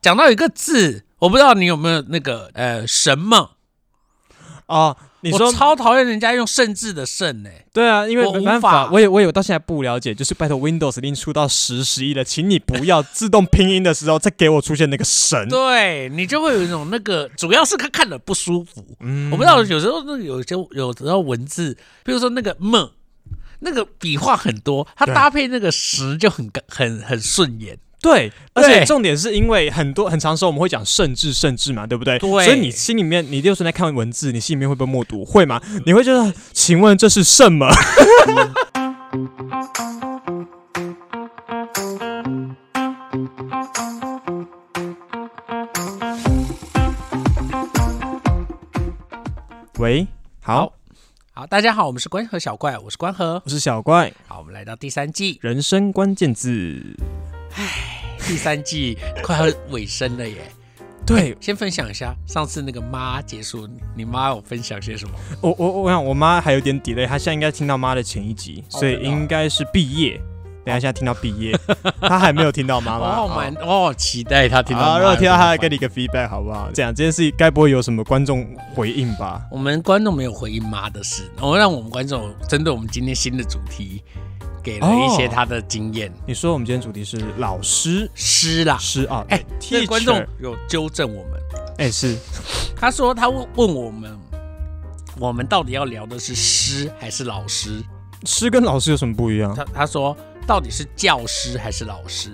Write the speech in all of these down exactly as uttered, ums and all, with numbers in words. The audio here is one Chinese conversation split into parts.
讲到一个字，我不知道你有没有那个呃什么哦。你说我超讨厌人家用甚至的甚呢、欸。 对啊，因为没办法， 我我也我也到现在不了解，就是拜托 Windows 已经出到十、十一了，请你不要自动拼音的时候再给我出现那个神， 对你就会有一种那个，主要是他看了不舒服。嗯，我不知道有时候那个有些有时候文字，比如说那个么，那个笔画很多，它搭配那个时就很很很顺眼。 对，而且重点是因为很多很长时候我们会讲甚至甚至嘛，对不对？ 对， 所以你心里面，你有时候在看文字，你心里面会不会默读？会吗？你会觉得，请问这是什么？喂，好。 好好，大家好，我们是关河小怪，我是关河， 我是小怪。 好，我们来到第三季， 人生关键字。 唉，第三季快要尾声了耶。 对， 先分享一下上次那个妈结束，你妈有分享些什么？ 我我我想我妈还有点 delay， 她现在应该听到妈的前一集， 哦、 所以应该是毕业。等一下，现在听到毕业，她还没有听到妈妈。 哦，蛮哦，期待她听到妈妈。 如果听到她，给你个 feedback 好不好？这样这件事该不会有什么观众回应吧？ 我们观众没有回应妈的事，我们让我们观众针对我们今天新的主题。给了一些他的经验、哦。 你说我们今天主题是老师师啦， 师啊， 哎、欸，这个观众有纠正我们， 哎、欸、是， 他说他问问我们，我们到底要聊的是师还是老师？ 师跟老师有什么不一样？ 他他说到底是教师还是老师？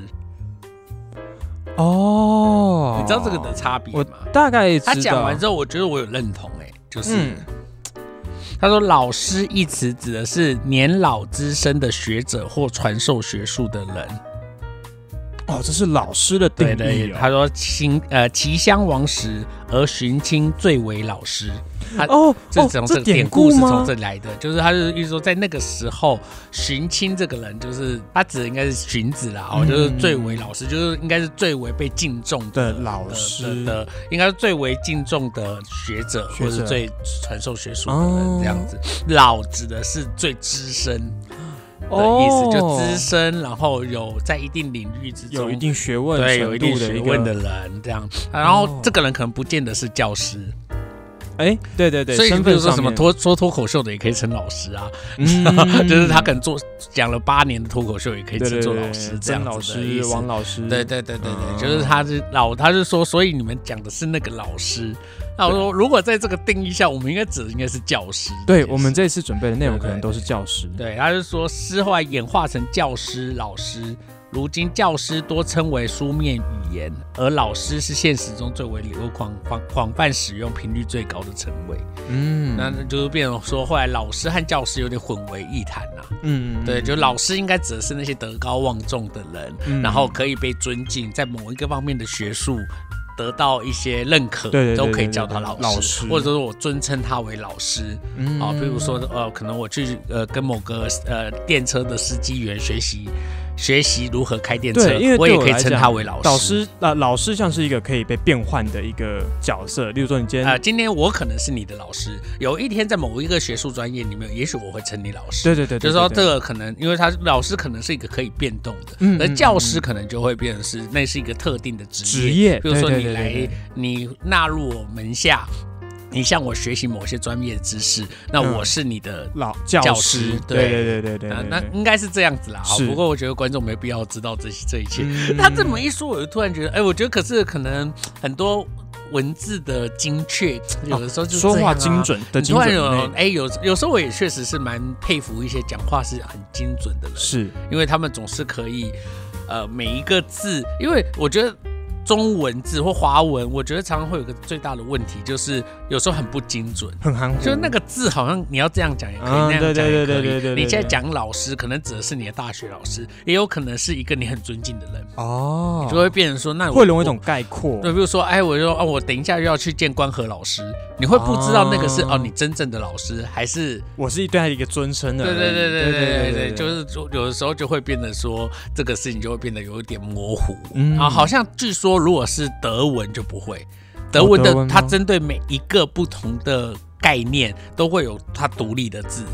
哦， 你知道这个的差别吗？ 我大概知道。 他讲完之后，我觉得我有认同、欸，哎，就是。嗯， 他说：“老师一词指的是年老资深的学者或传授学术的人。” 哦，这是老师的定义、哦。 对对，他说：“亲，呃，其乡亡时而寻亲，最为老师。” 哦， 这从这个典故是从这里来的，就是他是意思说，在那个时候，寻亲这个人，就是他指的应该是荀子啦，哦、嗯，就是最为老师，就是应该是最为被敬重 的, 的老师的，应该是最为敬重的学者，学者或是最传授学术的人、哦、这样子。老指的是最资深。的意思、哦、就资深，然后有在一定领域之中有一定学问， 对，有一定学问的人这样，然后这个人可能不见得是教师。 哎、欸，对对对， 所以比如说什么脱说脱口秀的也可以称老师啊，嗯、就是他可能做讲了八年的脱口秀也可以称作老师，这样子的意思。 王老师， 对对对对对，嗯、就是他是老，他是说，所以你们讲的是那个老师。那我说，如果在这个定义下，我们应该指的应该是教师。 对，我们这次准备的内容可能都是教师。 对，对，对，他是说师后来演化成教师、老师。如今教师多称为书面语言，而老师是现实中最为流广广泛使用、频率最高的称谓。嗯，那就是变成说，后来老师和教师有点混为一谈啦。嗯，对，就老师应该指的是那些德高望重的人，嗯、然后可以被尊敬，在某一个方面的学术得到一些认可， 对对对对对， 都可以叫他老师， 老师或者说我尊称他为老师。嗯，啊，比如说呃，可能我去呃跟某个呃电车的司机员学习。学习如何开电车， 对，因为我也可以称他为老师。 老师，呃，老师像是一个可以被变换的一个角色。例如说，你今天， 呃，今天我可能是你的老师，有一天在某一个学术专业里面，也许我会称你老师。 对对 对, 对, 对, 对， 就是说这个可能，因为他老师可能是一个可以变动的，嗯、而教师可能就会变成是那是一个特定的职业。 职业， 比如说你来， 对对对对对你纳入我门下。你向我学习某些专业知识，那我是你的老教师， 对对对对对对， 那应该是这样子啦。不过我觉得观众没必要知道这这一切。嗯、他这么一说，我就突然觉得，哎、欸，我觉得可是可能很多文字的精确，有的时候就、啊、 说话精准的精准。 突然有，哎、欸，有有时候我也确实是蛮佩服一些讲话是很精准的人， 是因为他们总是可以，呃，每一个字，因为我觉得。中文字或华文，我觉得常常会有个最大的问题，就是有时候很不精准， 很含糊。 就是那个字好像你要这样讲也可以， 啊、 那样讲也可以。你现在讲老师，可能指的是你的大学老师，也有可能是一个你很尊敬的人哦，就会变成说，那会融为一种概括。 对，比如说，哎，我就说，哦，我等一下就要去见关河老师，你会不知道那个是、啊、哦你真正的老师，还是我是对他一个尊称的。 对对对对对对对，就是有的时候就会变得说这个事情就会变得有一点模糊，嗯，啊，好像据说如果是德。德文就不会，德文的它针对每一个不同的概念都会有它独立的字，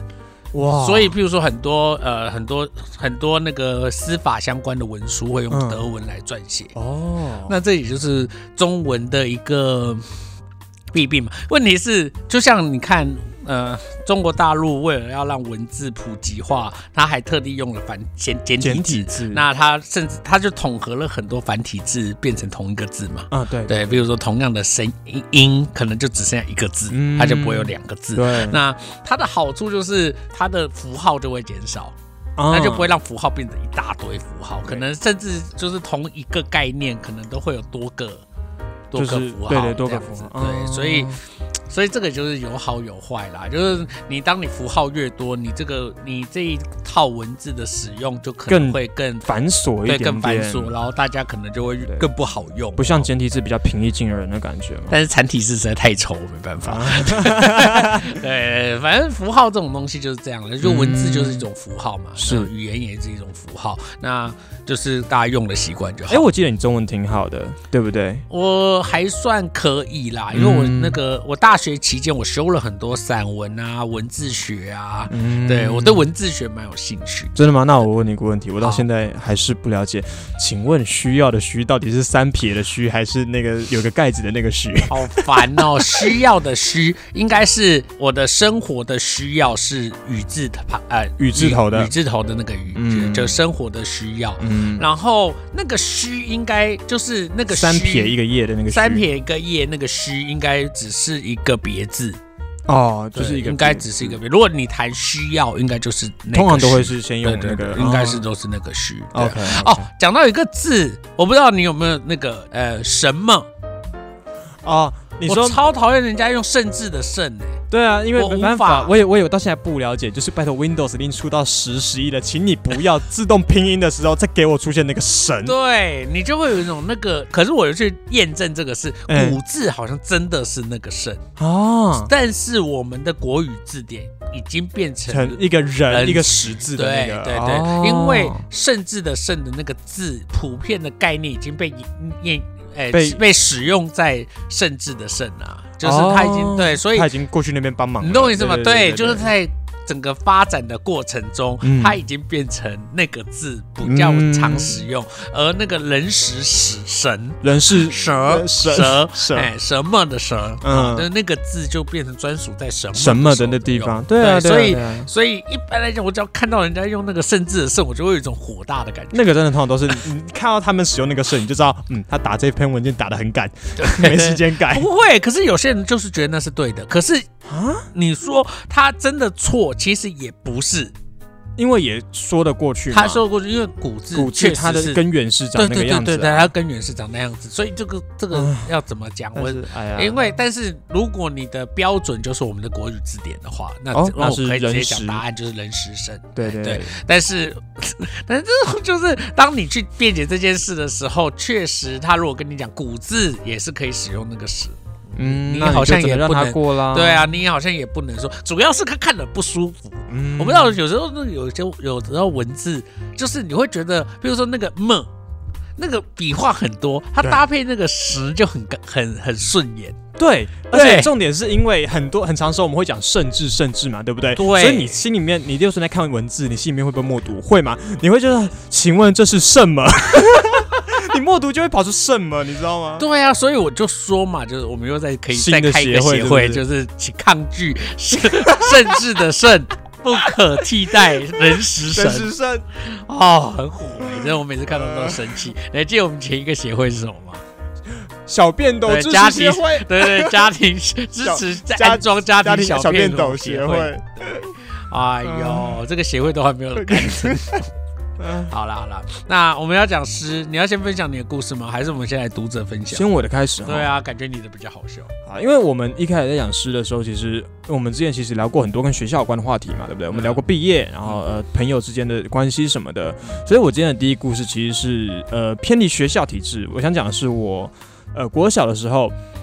哇， 所以譬如说很多呃很多很多那个司法相关的文书会用德文来撰写。 嗯、哦， 那这也就是中文的一个弊病嘛。问题是，就像你看。呃，中国大陆为了要让文字普及化，他还特地用了繁简简体字。简体字那他甚至他就统合了很多繁体字，变成同一个字嘛。 啊，对对，比如说同样的声音，可能就只剩下一个字，嗯、它就不会有两个字。 对， 那它的好处就是它的符号就会减少。那就不会让符号变成一大堆符号，可能甚至就是同一个概念，可能都会有多个多个符号， 对对，多个符号，对，所以。所以这个就是有好有坏啦，就是你当你符号越多，你这个你这一套文字的使用就可能会更繁琐一点点， 对，更繁琐，然后大家可能就会更不好用， 不像简体字比较平易近人的感觉嘛。 但是繁体字实在太丑，没办法。对，反正符号这种东西就是这样的，就文字就是一种符号嘛，是语言也是一种符号，那就是大家用的习惯就好。 哎，我记得你中文挺好的，对不对？ 我还算可以啦，因为我那个我大学期间我修了很多散文啊、文字学啊，嗯、对我对文字学蛮有兴趣。 真的吗？那我问你一个问题，我到现在还是不了解，请问需要的需到底是三撇的需，还是那个有个盖子的那个需？ 好烦哦！需要的需应该是我的生活的需要是雨字呃雨字头的雨字头的那个雨，嗯、就生活的需要。嗯、然后那个需应该就是那个三撇一个叶的那个虚， 三撇一个叶那个需应该只是一个别字。 哦，就是一个， 应该只是一个别。如果你谈需要，应该就是那个通常都会是先用那个， 对对对，应该是都是那个需。 OK， 哦，讲到一个字，我不知道你有没有那个呃什么哦，你说我超讨厌人家用甚至的甚哎。 对啊，因为没办法，我也我也到现在不了解，就是拜托 Windows 已经出到十、十一了，请你不要自动拼音的时候再给我出现那个神， 对你就会有一种那个。可是我有去验证这个是古字，好像真的是那个神哦，但是我们的国语字典已经变成一个人一个十字的那个， 对对对，哦、因为甚至的甚的那个字普遍的概念已经被验。欸、被被使用在甚至的甚啊，就是他已经、哦、对，所以他已经过去那边帮忙了， 你懂我意思吗？对, 对, 对, 对，就是在整个发展的过程中，嗯、它已经变成那个字比较常使用，嗯、而那个人时使神人是蛇蛇蛇哎、欸、什么的蛇，嗯，那那个字就变成专属在什么什么的那地方，对啊， 对，所以、 啊啊、 所以一般来讲，我只要看到人家用那个甚至的甚，我就会有一种火大的感觉。 那个真的通常都是你看到他们使用那个甚，你就知道，嗯，他打这篇文件打得很赶，没时间改。 不会，可是有些人就是觉得那是对的，可是啊，你说他真的错，其实也不是。 因为也说得过去嘛， 他说得过去，因为古字古字它的根源是长那个样子、啊， 对对对对，它根源是长那样子，所以这个这个要怎么讲？我哎呀，因为但是如果你的标准就是我们的国语字典的话，那、哦、那我可以直接讲答案就是人时甚， 对对 对, 对。 但是但是这就是当你去辩解这件事的时候，确实他如果跟你讲古字也是可以使用那个时。 嗯， 你好像也不能过啦。 对啊，你好像也不能说，主要是他看了不舒服。嗯，我不知道，有时候那有些有时候文字就是你会觉得，比如说那个么，那个笔画很多，它搭配那个时就很很很顺眼。 对，而且重点是因为很多很长时候我们会讲甚至甚至嘛，对不对？ 对， 所以你心里面，你就算在看文字，你心里面会不会默读？会吗？你会觉得，请问这是什么？你默读就会跑出什么，你知道吗？ 对啊，所以我就说嘛，就是我们又在可以再开一个协会，就是请抗拒甚至的甚不可替代人时甚。 人时甚哦，很火哎、欸！真的，我每次看到都生气。你还记得我们前一个协会是什么吗？ 小便斗支持协会， 对 对, 对，家庭支持安装家庭小便斗协会。哎呦，这个协会都还没有干成。好啦好啦，那我们要讲诗，你要先分享你的故事吗？还是我们先来读者分享？ 先我的开始。 对啊，感觉你的比较好笑啊，因为我们一开始在讲诗的时候，其实我们之前其实聊过很多跟学校有关的话题嘛，对不对？我们聊过毕业，然后呃朋友之间的关系什么的，所以我今天的第一故事其实是呃偏离学校体制。我想讲的是我呃国小的时候，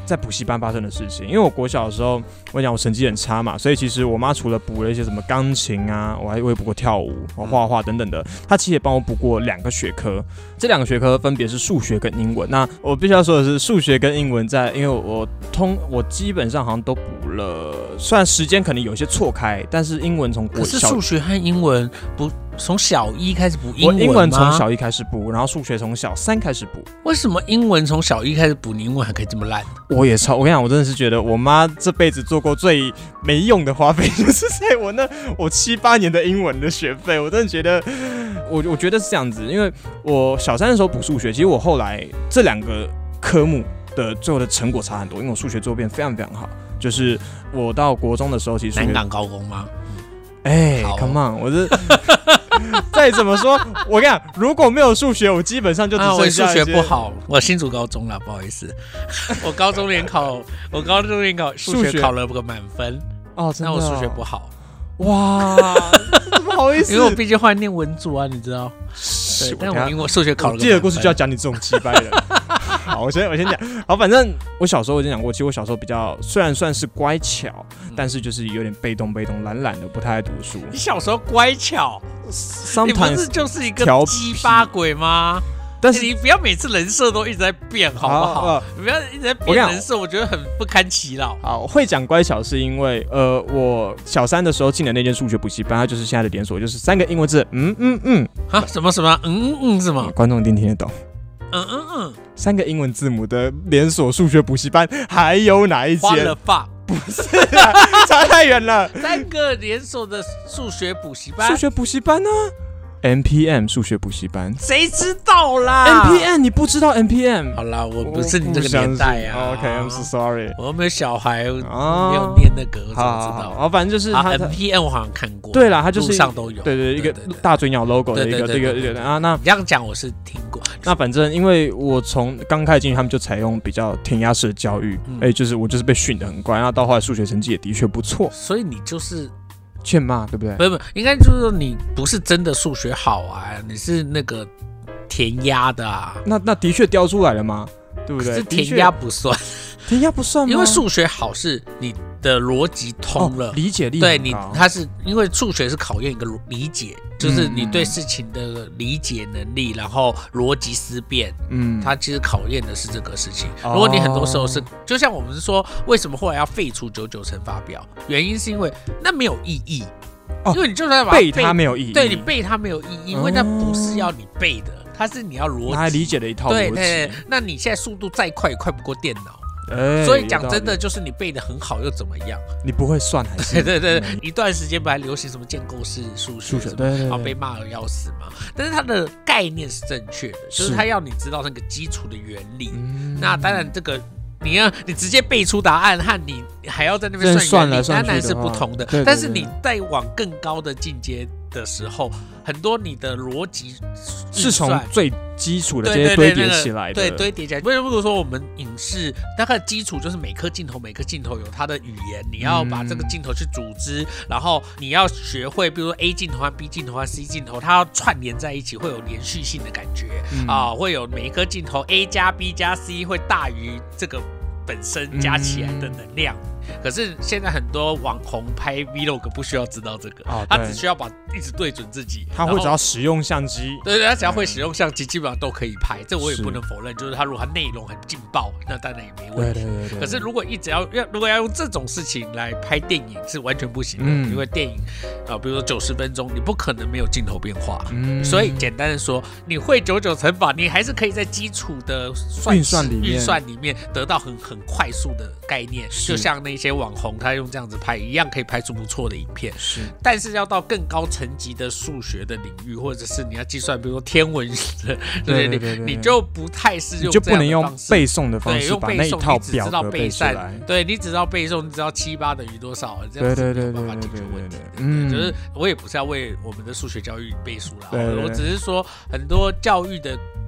在补习班发生的事情。因为我国小的时候，我讲我成绩很差嘛，所以其实我妈除了补了一些什么钢琴啊，我还我也补过跳舞、画画等等的，她其实也帮我补过两个学科。这两个学科分别是数学跟英文。那我必须要说的是，数学跟英文在，因为我通我基本上好像都补了，虽然时间可能有些错开，但是英文从国小， 可是数学和英文不从小一开始补英文吗？ 我英文从小一开始补，然后数学从小三开始补。 为什么英文从小一开始补，你英文还可以这么烂？ 我也超，我跟你讲，我真的是觉得我妈这辈子做过最没用的花费，就是在我那我七八年的英文的学费，我真的觉得，我我觉得是这样子，因为我小三的时候补数学，其实我后来这两个科目的最后的成果差很多，因为我数学最后变非常非常好，就是我到国中的时候，其实南港高工吗？ 哎、欸、，Come on， 我这再怎么说，我跟你讲，如果没有数学，我基本上就只剩下一些、 啊、我数学不好，我新竹高中啦，不好意思，我高中联考，我高中联考数学考了个满分， 哦，真的、哦， 那我数学不好， 哇，不好意思， 因为我毕竟后来念文组啊，你知道，对，但我因为数学考了个满分，我记得故事就要讲你这种鸡掰人。好，我先我先讲。好，反正我小时候我已经讲过，其实我小时候比较虽然算是乖巧，嗯、但是就是有点被动被动、懒懒的，不太爱读书。 你小时候乖巧，你不是就是一个鸡巴鬼吗？但是你不要每次人设都一直在变，好不好？好你不要一直在变人设，我觉得很不堪其扰。 好，会讲乖巧是因为，呃，我小三的时候进的那间数学补习班，它就是现在的连锁，就是三个英文字，嗯嗯嗯， 啊，什么什么，嗯嗯嗯，是吗？ 观众一定听得懂。 嗯嗯嗯， 三个英文字母的连锁数学补习班，还有哪一间？ 花了发？ 不是、啊，差太远了。 三个连锁的数学补习班， 数学补习班呢、啊？ M P M 数学补习班， 谁知道啦 ？M P M 你不知道 M P M？ 好啦，我不是你这个年代啊。 OK，I'm、okay, so sorry。 我又没有小孩，哦、没有念那个，我怎么知道？ 好，反正就是它 M P M 我好像看过。 对啦，它就是路上都有。 对 对, 对，一个大嘴鸟 logo 的一个这个这个啊，那你这样讲我是听过。 那反正因为我从刚开始进去，他们就采用比较填鸭式的教育，哎、嗯欸，就是我就是被训得很乖，然后到后来数学成绩也的确不错。 所以你就是。 欠骂对不对？ 不不，应该就是说你不是真的数学好啊，你是那个填鸭的啊。 那那的确雕出来了吗？对不对？ 可是填鸭不算， 填鸭不算吗？ 因为数学好是你的逻辑通了， 哦、理解力对你，它是因为数学是考验一个理解，就是你对事情的理解能力，然后逻辑思辨，嗯，它其实考验的是这个事情。如果你很多时候是，就像我们是说，为什么后来要废除九九乘法表？原因是因为那没有意义，哦、因为你就算把它背它没有意义， 对你背它没有意义，因为那不是要你背的，它是你要逻辑， 拿来理解的一套逻辑。 对对，那你现在速度再快也快不过电脑。欸、所以讲真的，就是你背得很好又怎么样？ 你不会算还是？ 对对对，嗯、一段时间本来流行什么建构式数学， 数学对对对， 然后被骂得要死嘛。但是它的概念是正确的，就是它要你知道那个基础的原理。嗯、那当然这个。你要你直接背出答案和你还要在那边算原理，当然是不同的。对对对，但是你再往更高的境界的时候，很多你的逻辑是从最基础的这些堆叠起来的， 对，堆叠起来。为什么说我们影视大概基础就是每颗镜头每颗镜头有它的语言，你要把这个镜头去组织，嗯、然后你要学会，比如说 A 镜头和 B 镜头和 C 镜头，它要串联在一起，会有连续性的感觉啊、嗯呃，会有每一颗镜头 A 加 B 加 C 会大于这个本身加起来的能量。嗯，可是现在很多网红拍 vlog 不需要知道这个，哦、他只需要把一直对准自己， 他会只要使用相机， 对对，他只要会使用相机，基本上都可以拍。这我也不能否认，就是他如果他内容很劲爆，那当然也没问题。对对对对，可是如果一直要要如果要用这种事情来拍电影是完全不行的，嗯、因为电影啊、呃，比如说九十分钟，你不可能没有镜头变化。嗯，所以简单的说，你会九九乘法，你还是可以在基础的算运算里面运算里面得到很很快速的概念，就像那些网红他用这样子拍一样，可以拍出不错的影片。 是， 但是要到更高层级的数学的领域，或者是你要计算，比如说天文的，对对对，你就不太是用这样的方式， 你就不能用背诵的方式把那一套表格背出来。 对，你只知道背诵，你知道七八等于多少，这样子没有办法解决问题。嗯，就是我也不是要为我们的数学教育背书啦，我只是说很多教育的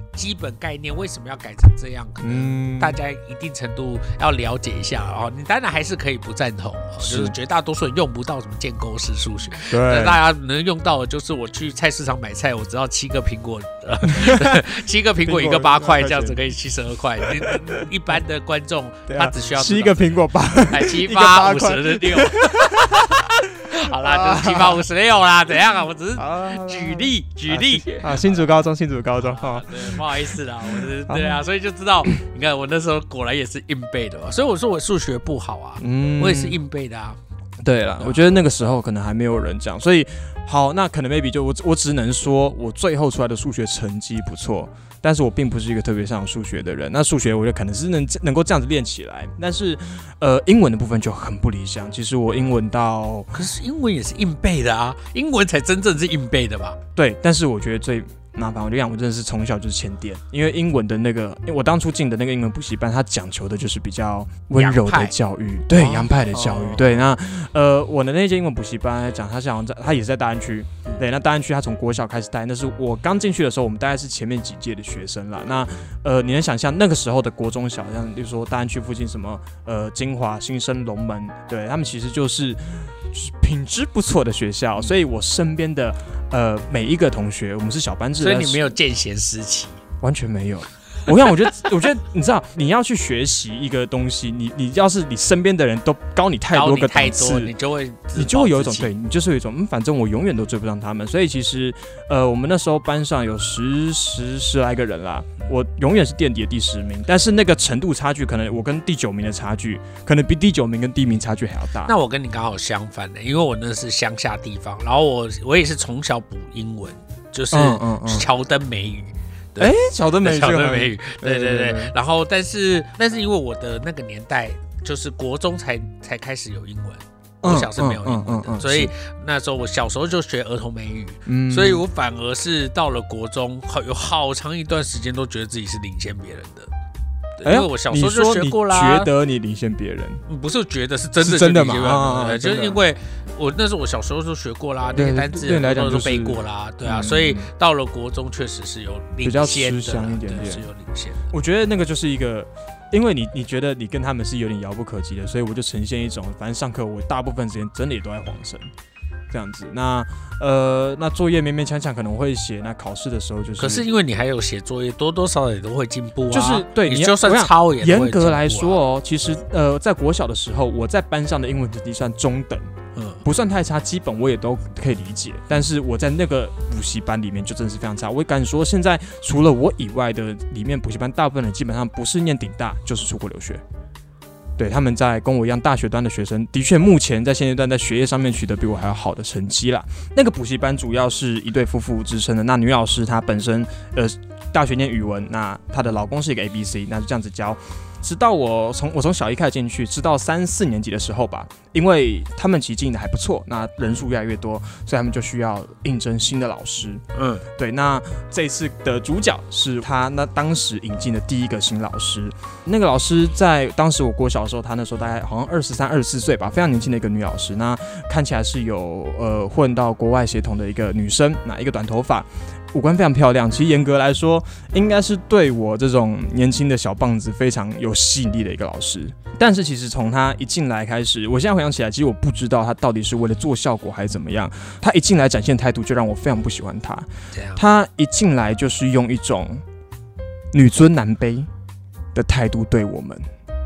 基本概念为什么要改成这样，可能大家一定程度要了解一下哦。你当然还是可以不赞同，哦、就是绝大多数人用不到什么建构式数学，对，大家能用到的就是我去菜市场买菜，我知道七个苹果，呃、七个苹果一个八块，这样子可以七十二块。一般的观众他只需要七个苹果八， 哎，七八五十六。好啦，就是七八五十六啦，怎样啊？我只是举例、啊、举例啊。新竹高中，新竹高中，啊、 对，不好意思啦，我是对啊，所以就知道，你看我那时候果然也是硬背的嘛，所以我说我数学不好啊，嗯，我也是硬背的啊。 对了，我觉得那个时候可能还没有人这样，所以好，那可能 maybe 就我我只能说我最后出来的数学成绩不错，但是我并不是一个特别擅长数学的人。那数学我觉得可能是能能够这样子练起来，但是呃英文的部分就很不理想。其实我英文到， 可是英文也是硬背的啊，英文才真正是硬背的吧？ 对，但是我觉得最麻烦，我就讲，我真的是从小就是欠电，因为英文的那个，我当初进的那个英文补习班，它讲求的就是比较温柔的教育，对，洋派的教育，哦、对。那呃，我的那间英文补习班来讲，它想在，它也是在大安区，对。那大安区它从国小开始带，那是我刚进去的时候，我们大概是前面几届的学生啦。那呃，你能想象那个时候的国中小，像例如说大安区附近什么呃金华、新生、龙门，对他们其实就是。就是品质不错的学校，所以我身边的呃每一个同学，我们是小班制的， 所以你没有见贤思齐， 完全没有。我跟你讲，我觉得，我觉得你知道，你要去学习一个东西，你你要是你身边的人都高你太多个档次， 你就会你就会有一种对你就是有一种嗯，反正我永远都追不上他们。所以其实呃，我们那时候班上有十十十来个人啦，我永远是垫底的第十名，但是那个程度差距，可能我跟第九名的差距，可能比第九名跟第一名差距还要大。 那我跟你刚好相反的，因为我那是乡下地方，然后我我也是从小补英文，就是乔登美语。 哎、欸，乔登美语， 乔登美语，对对 对, 对, 对。然后，但是，但是因为我的那个年代，就是国中才才开始有英文，我小是没有英文的，嗯嗯嗯嗯、所以那时候我小时候就学儿童美语，嗯、所以我反而是到了国中，有好长一段时间都觉得自己是领先别人的。因为我小时候就学过啦， 你觉得你领先别人？ 不是觉得，是真的， 是真的嘛？ 啊啊啊就是因为我那时候我小时候就学过啦，那个单字很多都背过啦，对啊，嗯、所以到了国中确实是有领先的， 比较吃香一点点， 是有领先的。 我觉得那个就是一个，因为你你觉得你跟他们是有点遥不可及的，所以我就呈现一种，反正上课我大部分时间真的也都在晃神。这样子，那呃，那作业勉勉强强可能会写，那考试的时候就是。 可是因为你还有写作业，多多少少也都会进步啊。 就是对， 你就算抄也严格来说哦，其实呃，在国小的时候，我在班上的英文成绩算中等，嗯，不算太差，基本我也都可以理解。但是我在那个补习班里面就真的是非常差。我敢说，现在除了我以外的里面补习班，大部分人基本上不是念顶大，就是出国留学。对，他们在跟我一样大学端的学生，的确目前在现阶段在学业上面取得比我还要好的成绩啦。那个补习班主要是一对夫妇支撑的，那女老师她本身呃大学念语文，那她的老公是一个 A B C， 那就这样子教。直到我从我从小一开始进去，直到三四年级的时候吧，因为他们其实经营的还不错，那人数越来越多，所以他们就需要应征新的老师。嗯，对，那这一次的主角是他那当时引进的第一个新老师。那个老师在当时我国小的时候，他那时候大概好像二十三、二十四岁吧，非常年轻的一个女老师。那看起来是有呃混到国外协同的一个女生，那一个短头发。五官非常漂亮，其实严格来说，应该是对我这种年轻的小棒子非常有吸引力的一个老师。但是其实从他一进来开始，我现在回想起来，其实我不知道他到底是为了做效果还是怎么样。他一进来展现态度就让我非常不喜欢他。他一进来就是用一种女尊男卑的态度对我们。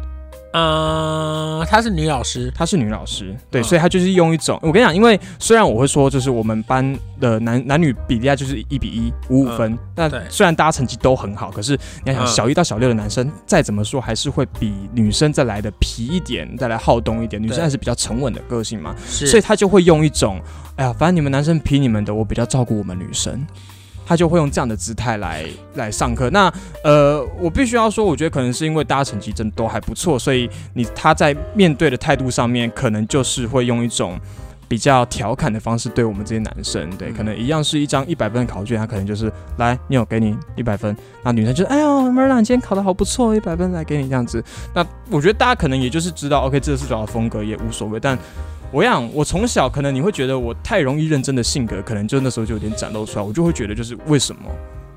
呃，她是女老师， 她是女老师，对，嗯、所以她就是用一种，我跟你讲，因为虽然我会说，就是我们班的男男女比例就是一比一，五五分，那、嗯、虽然大家成绩都很好，可是你要想，小一到小六的男生，嗯、再怎么说还是会比女生再来的皮一点，再来好动一点，女生还是比较沉稳的个性嘛，所以她就会用一种，哎呀，反正你们男生皮你们的，我比较照顾我们女生。他就会用这样的姿态来来上课。那呃，我必须要说，我觉得可能是因为大家成绩真的都还不错，所以你他在面对的态度上面，可能就是会用一种比较调侃的方式对我们这些男生。对，可能一样是一张一百分的考卷，他可能就是来，你有给你一百分，那女生就哎呦 ，Merla 你今天考得好不错，一百分来给你这样子。那我觉得大家可能也就是知道 ，OK， 这是主要的风格也无所谓，但。我想，我从小可能你会觉得我太容易认真的性格，可能就那时候就有点展露出来，我就会觉得就是为什么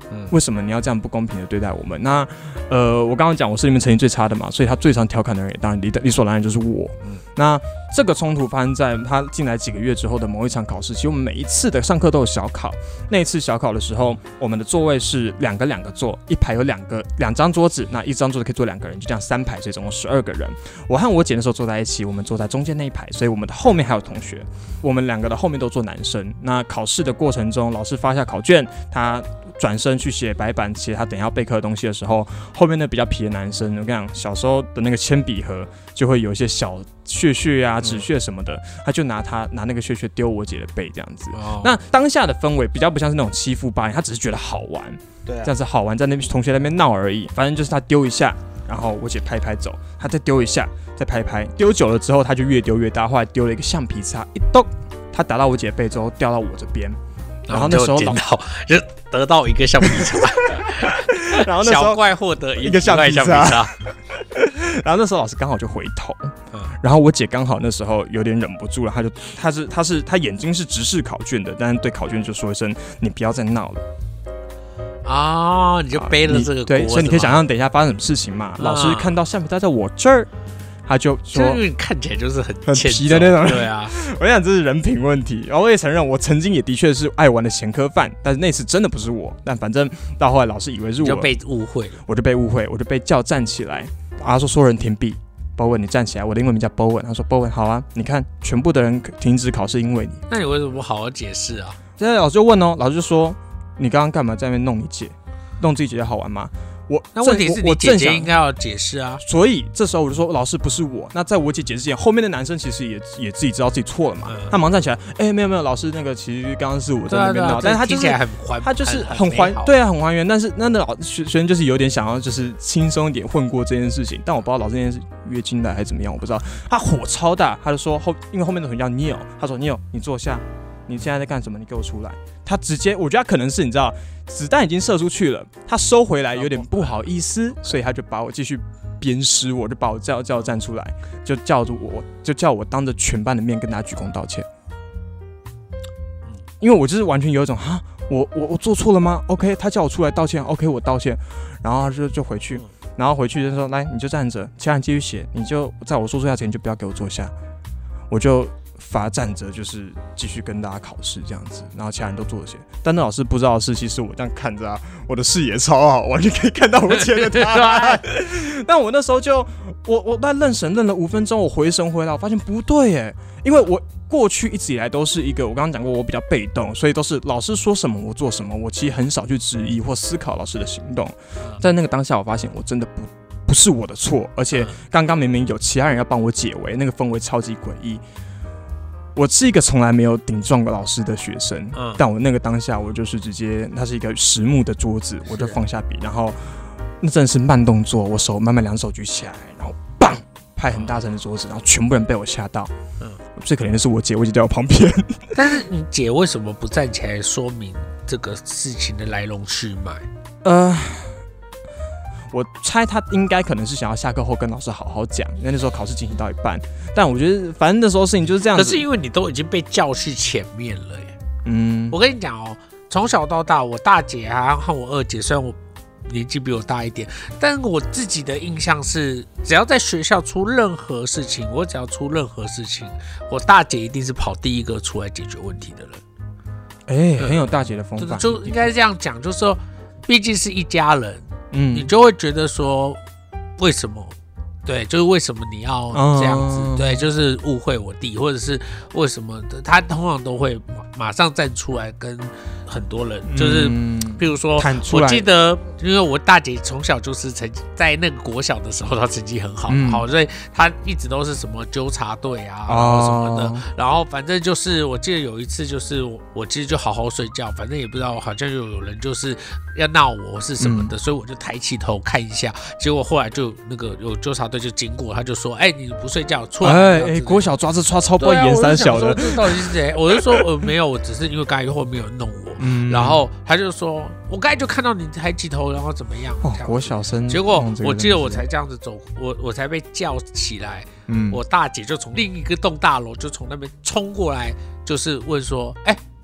嗯、为什么你要这样不公平的对待我们？那呃，我刚刚讲我是里面成绩最差的嘛，所以他最常调侃的人也当然理理所当然就是我。嗯、那这个冲突发生在他进来几个月之后的某一场考试。其实我们每一次的上课都有小考，那一次小考的时候，我们的座位是两个两个坐，一排有两个两张桌子，那一张桌子可以坐两个人，就这样三排，所以总共十二个人。我和我姐那时候坐在一起，我们坐在中间那一排，所以我们的后面还有同学，我们两个的后面都坐男生。那考试的过程中，老师发下考卷，他转身去写白板，写他等一下要备课的东西的时候，后面那比较皮的男生，我跟你讲，小时候的那个铅笔盒就会有一些小屑屑啊、纸屑什么的，他就拿他拿那个屑屑丢我姐的背这样子。哦、那当下的氛围比较不像是那种欺负霸凌，他只是觉得好玩，对、啊，这样子好玩，在那边同学那边闹而已。反正就是他丢一下，然后我姐拍拍走，他再丢一下，再拍拍，丢久了之后他就越丢越大，后来丢了一个橡皮擦，一咚，他打到我姐背之后掉到我这边。然后那时候老就得到一个橡皮擦， 然后那时候小怪获得一个橡皮擦，然后那时候老师刚好就回头，嗯、然后我姐刚好那时候有点忍不住了，她就她是她是她眼睛是直视考卷的，但是对考卷就说一声：“你不要再闹了。” 哦，你就背了这个锅， 对，所以你可以想象等一下发生什么事情嘛。嗯、老师看到橡皮擦在我这儿。他就说， 因为看起来就是很很皮的那种， 对啊。 我想这是人品问题，然后我也承认，我曾经也的确是爱玩的前科犯，但是那次真的不是我。但反正到后来老师以为是我， 就被误会， 我就被误会，我就被叫站起来。啊，他说所有人停笔 ，Bowen 你站起来。我的英文名叫 Bowen， 他说 Bowen 好啊，你看全部的人停止考试，因为你。 那你为什么不好好解释啊？ 现在老师就问哦，老师就说你刚刚干嘛在那边弄你姐，弄自己姐姐好玩吗？我那问题是你姐姐应该要解释啊， 所以这时候我就说老师不是我。那在我姐解释之前，后面的男生其实也也自己知道自己错了嘛，嗯、他马上站起来，哎、欸，没有没有，老师那个其实刚刚是我在那边闹，但是他就是他就是很还对啊很还原，但是那那老学学生就是有点想要就是轻松一点混过这件事情，但我不知道老师这件事月经来还是怎么样，我不知道，他火超大，他就说后因为后面的同学叫 Neil， 他说 Neil 你坐下。你现在在干什么？你给我出来！他直接，我觉得他可能是你知道，子弹已经射出去了，他收回来有点不好意思，所以他就把我继续鞭尸我，就把我叫叫站出来，就叫着我，就叫我当着全班的面跟大家鞠躬道歉。因为我就是完全有一种哈，我我我做错了吗 ？OK， 他叫我出来道歉 ，OK， 我道歉，然后他就就回去，然后回去就说来你就站着，其他人继续写，你就在我说出下前你就不要给我坐下，我就。罚站着就是继续跟大家考试这样子，然后其他人都坐着写。但那老师不知道的是，其实我这样看着啊，我的视野超好，完全可以看到我前的他。但我那时候就我我在愣神愣了五分钟，我回神回来，我发现不对耶，因为我过去一直以来都是一个，我刚刚讲过我比较被动，所以都是老师说什么我做什么，我其实很少去质疑或思考老师的行动。在那个当下，我发现我真的不不是我的错，而且刚刚明明有其他人要帮我解围，那个氛围超级诡异。我是一个从来没有顶撞过老师的学生，嗯、但我那个当下，我就是直接，它是一个实木的桌子，我就放下笔，然后那真的是慢动作，我手慢慢两手举起来，然后棒拍很大声的桌子，然后全部人被我吓到。嗯，最可怜的是我姐，我姐在我旁边。 但是你姐为什么不站起来说明这个事情的来龙去脉？ 呃。我猜他应该可能是想要下课后跟老师好好讲，因为那时候考试进行到一半。但我觉得反正那时候事情就是这样子。 可是因为你都已经被叫去前面了耶。嗯，我跟你讲哦，从小到大，我大姐啊和我二姐，虽然我年纪比我大一点，但我自己的印象是，只要在学校出任何事情，我只要出任何事情，我大姐一定是跑第一个出来解决问题的人。 哎、欸，很有大姐的风范。 就应该这样讲，就是说，毕竟是一家人。嗯，你就会觉得说，为什么？对，就是为什么你要这样子？嗯、对，就是误会我弟，或者是为什么的？他通常都会马上站出来跟很多人，就是，譬如说，我记得，因为我大姐从小就是成在那个国小的时候，她成绩很好，嗯、好，所以她一直都是什么纠察队啊，然后什么的，哦、然后反正就是我记得有一次就是我我其实就好好睡觉，反正也不知道好像就有人就是要闹我是什么的，嗯、所以我就抬起头看一下，结果后来就那个有纠察队就经过，他就说：“哎、欸，你不睡觉出来。”哎哎， 国小抓是抓超不严三小的， 这到底是谁？我就说呃没有，我只是因为刚才后面有弄我，嗯、然后他就说，我刚才就看到你抬起头，然后怎么样？ 哦，国小生， 结果我记得我才这样子走，我我才被叫起来，嗯，我大姐就从另一个栋大楼就从那边冲过来，就是问说：“哎、欸，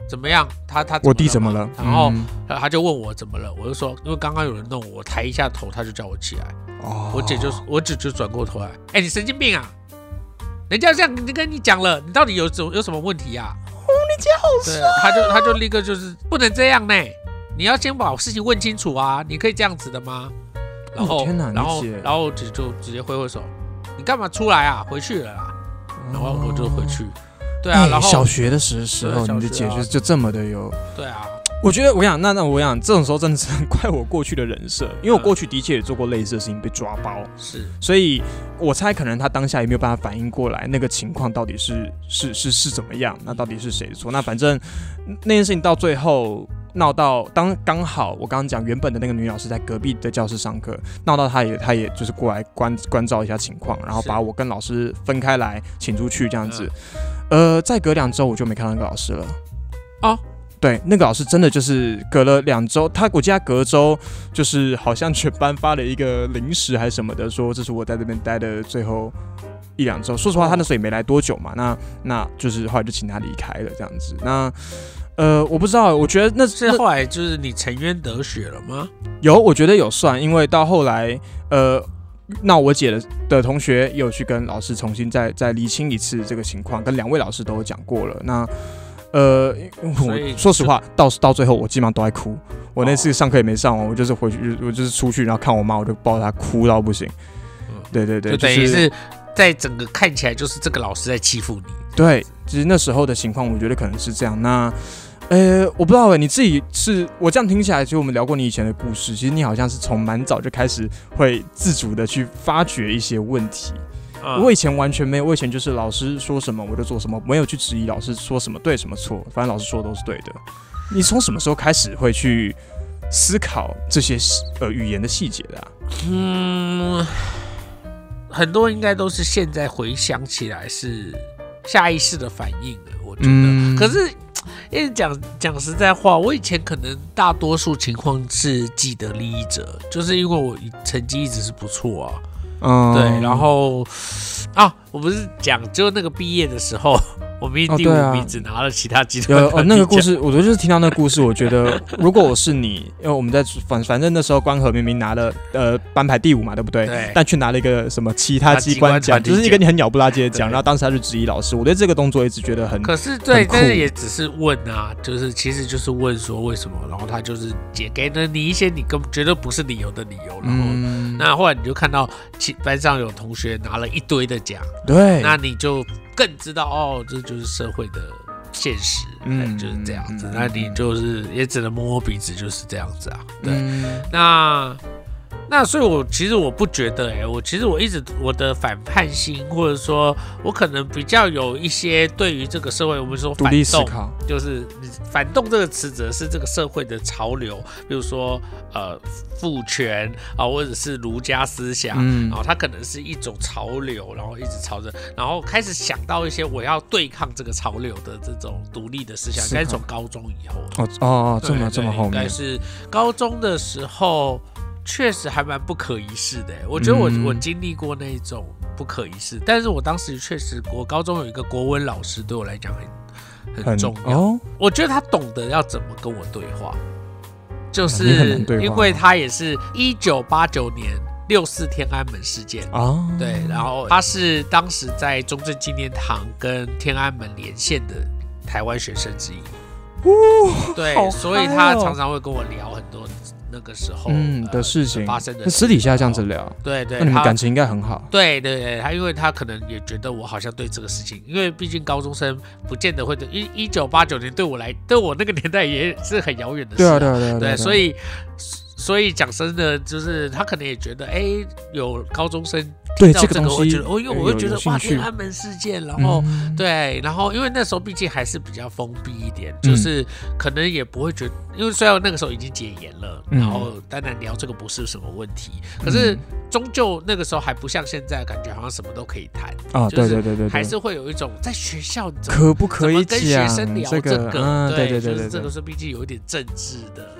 怎么样？他他我弟怎么了？ 然后、嗯、他就问我怎么了，我就说因为刚刚有人弄我，我抬一下头，他就叫我起来。哦，我姐就我姐就转过头来，哎、欸，你神经病啊！人家这样跟你讲了，你到底有有什么问题啊？ 哦，你姐好帅。 对，他就他就立刻就是不能这样呢，你要先把事情问清楚啊，你可以这样子的吗？然后、哦、 天哪， 然后然后我姐就直接挥挥手，你干嘛出来啊？回去了啦。然后我就回去。对啊，然后小学的时候，你的姐就就这么的有。 对啊， 我觉得我想，那那我想，这种时候真的是很怪我过去的人设，因为我过去的确也做过类似的事情，被抓包。 是， 所以我猜可能他当下也没有办法反应过来，那个情况到底是是是是怎么样，那到底是谁的错？那反正那件事情到最后闹到当刚好我刚刚讲原本的那个女老师在隔壁的教室上课，闹到她也她也就是过来关关照一下情况，然后把我跟老师分开来请出去这样子。呃，再隔两周我就没看到那个老师了。 哦， 对，那个老师真的就是隔了两周，他我记得他隔周就是好像全班发了一个零食还是什么的，说这是我在这边待的最后一两周。说实话，他那时候也没来多久嘛，那那就是后来就请他离开了这样子。那呃，我不知道，我觉得那是后来就是你沉冤得雪了吗？ 有，我觉得有算，因为到后来呃。那我姐 的, 的同学也有去跟老师重新再再厘清一次这个情况，跟两位老师都有讲过了。那呃，我说实话，到到最后我基本上都在哭。我那次上课也没上完，我就是回去，我就是出去，然后看我妈，我就抱她哭到不行。对对对， 就等于是在整个看起来就是这个老师在欺负你。 对，其实那时候的情况，我觉得可能是这样。那。呃，我不知道哎，你自己是我这样听起来，其实我们聊过你以前的故事，其实你好像是从蛮早就开始会自主的去发掘一些问题。嗯、我以前完全没有，我以前就是老师说什么我就做什么，没有去质疑老师说什么对什么错，反正老师说的都是对的。你从什么时候开始会去思考这些呃语言的细节的、啊？ 嗯，很多应该都是现在回想起来是下意识的反应了，我觉得。嗯、可是。因为讲讲实在话，我以前可能大多数情况是既得利益者，就是因为我成绩一直是不错啊，嗯，对，然后啊，我不是讲就那个毕业的时候，我明明第五名只拿了其他集团、 哦、那个故事，我就是听到那个故事，我觉得如果我是你，因为我们在反反正那时候关河明明拿了呃班排第五嘛，对不对？ 对。 但却拿了一个什么其他机关奖，就是一个你很鸟不拉几的奖，然后当时他就质疑老师，我对这个动作一直觉得很可是对，但是也只是问啊，就是其实就是问说为什么，然后他就是解给了你一些你根本觉得不是理由的理由，然后、嗯、那后来你就看到班上有同学拿了一堆的奖， 对， 那你就更知道哦，这就是社会的现实，嗯，就是这样子。嗯、那你就是也只能摸摸鼻子，就是这样子啊。对，嗯、那那所以我，我其实我不觉得、欸，哎，我其实我一直我的反叛心，或者说我可能比较有一些对于这个社会，我们说反动，就是反动这个词指的是这个社会的潮流，比如说呃父权啊，或者是儒家思想，嗯、然后它可能是一种潮流，然后一直朝着，然后开始想到一些我要对抗这个潮流的这种独立的思想，应该是从高中以后。 哦哦，这么这么后面， 应该是高中的时候。确实还蛮不可一世的，我觉得我、嗯、我经历过那种不可一世，但是我当时确实，我高中有一个国文老师，对我来讲很很重要。哦、我觉得他懂得要怎么跟我对话，就是因为他也是一九八九年六四天安门事件哦，对，然后他是当时在中正纪念堂跟天安门连线的台湾学生之一。哦，对，哦、所以他常常会跟我聊很多。那个时候、 嗯、的事情、 呃、发生的事， 那私底下这样子聊， 对对， 那你们感情应该很好。 对对对，他因为他可能也觉得我好像对这个事情，因为毕竟高中生不见得会对，因为一九八九年对我来，对我那个年代也是很遥远的事、啊， 对啊对啊对啊， 对，所以所以讲真的，就是他可能也觉得，哎，有高中生。 对这个东西， 我觉得，哦，因为我会觉得哇，天安门事件，然后、嗯、对，然后因为那时候毕竟还是比较封闭一点，嗯、就是可能也不会觉得，因为虽然那个时候已经解严了，嗯、然后当然聊这个不是什么问题，可是终究那个时候还不像现在，感觉好像什么都可以谈啊，对对对对， 还是会有一种在学校可不可以跟学生聊这个， 这个啊、 对对对对对， 就是这个是毕竟有一点政治的。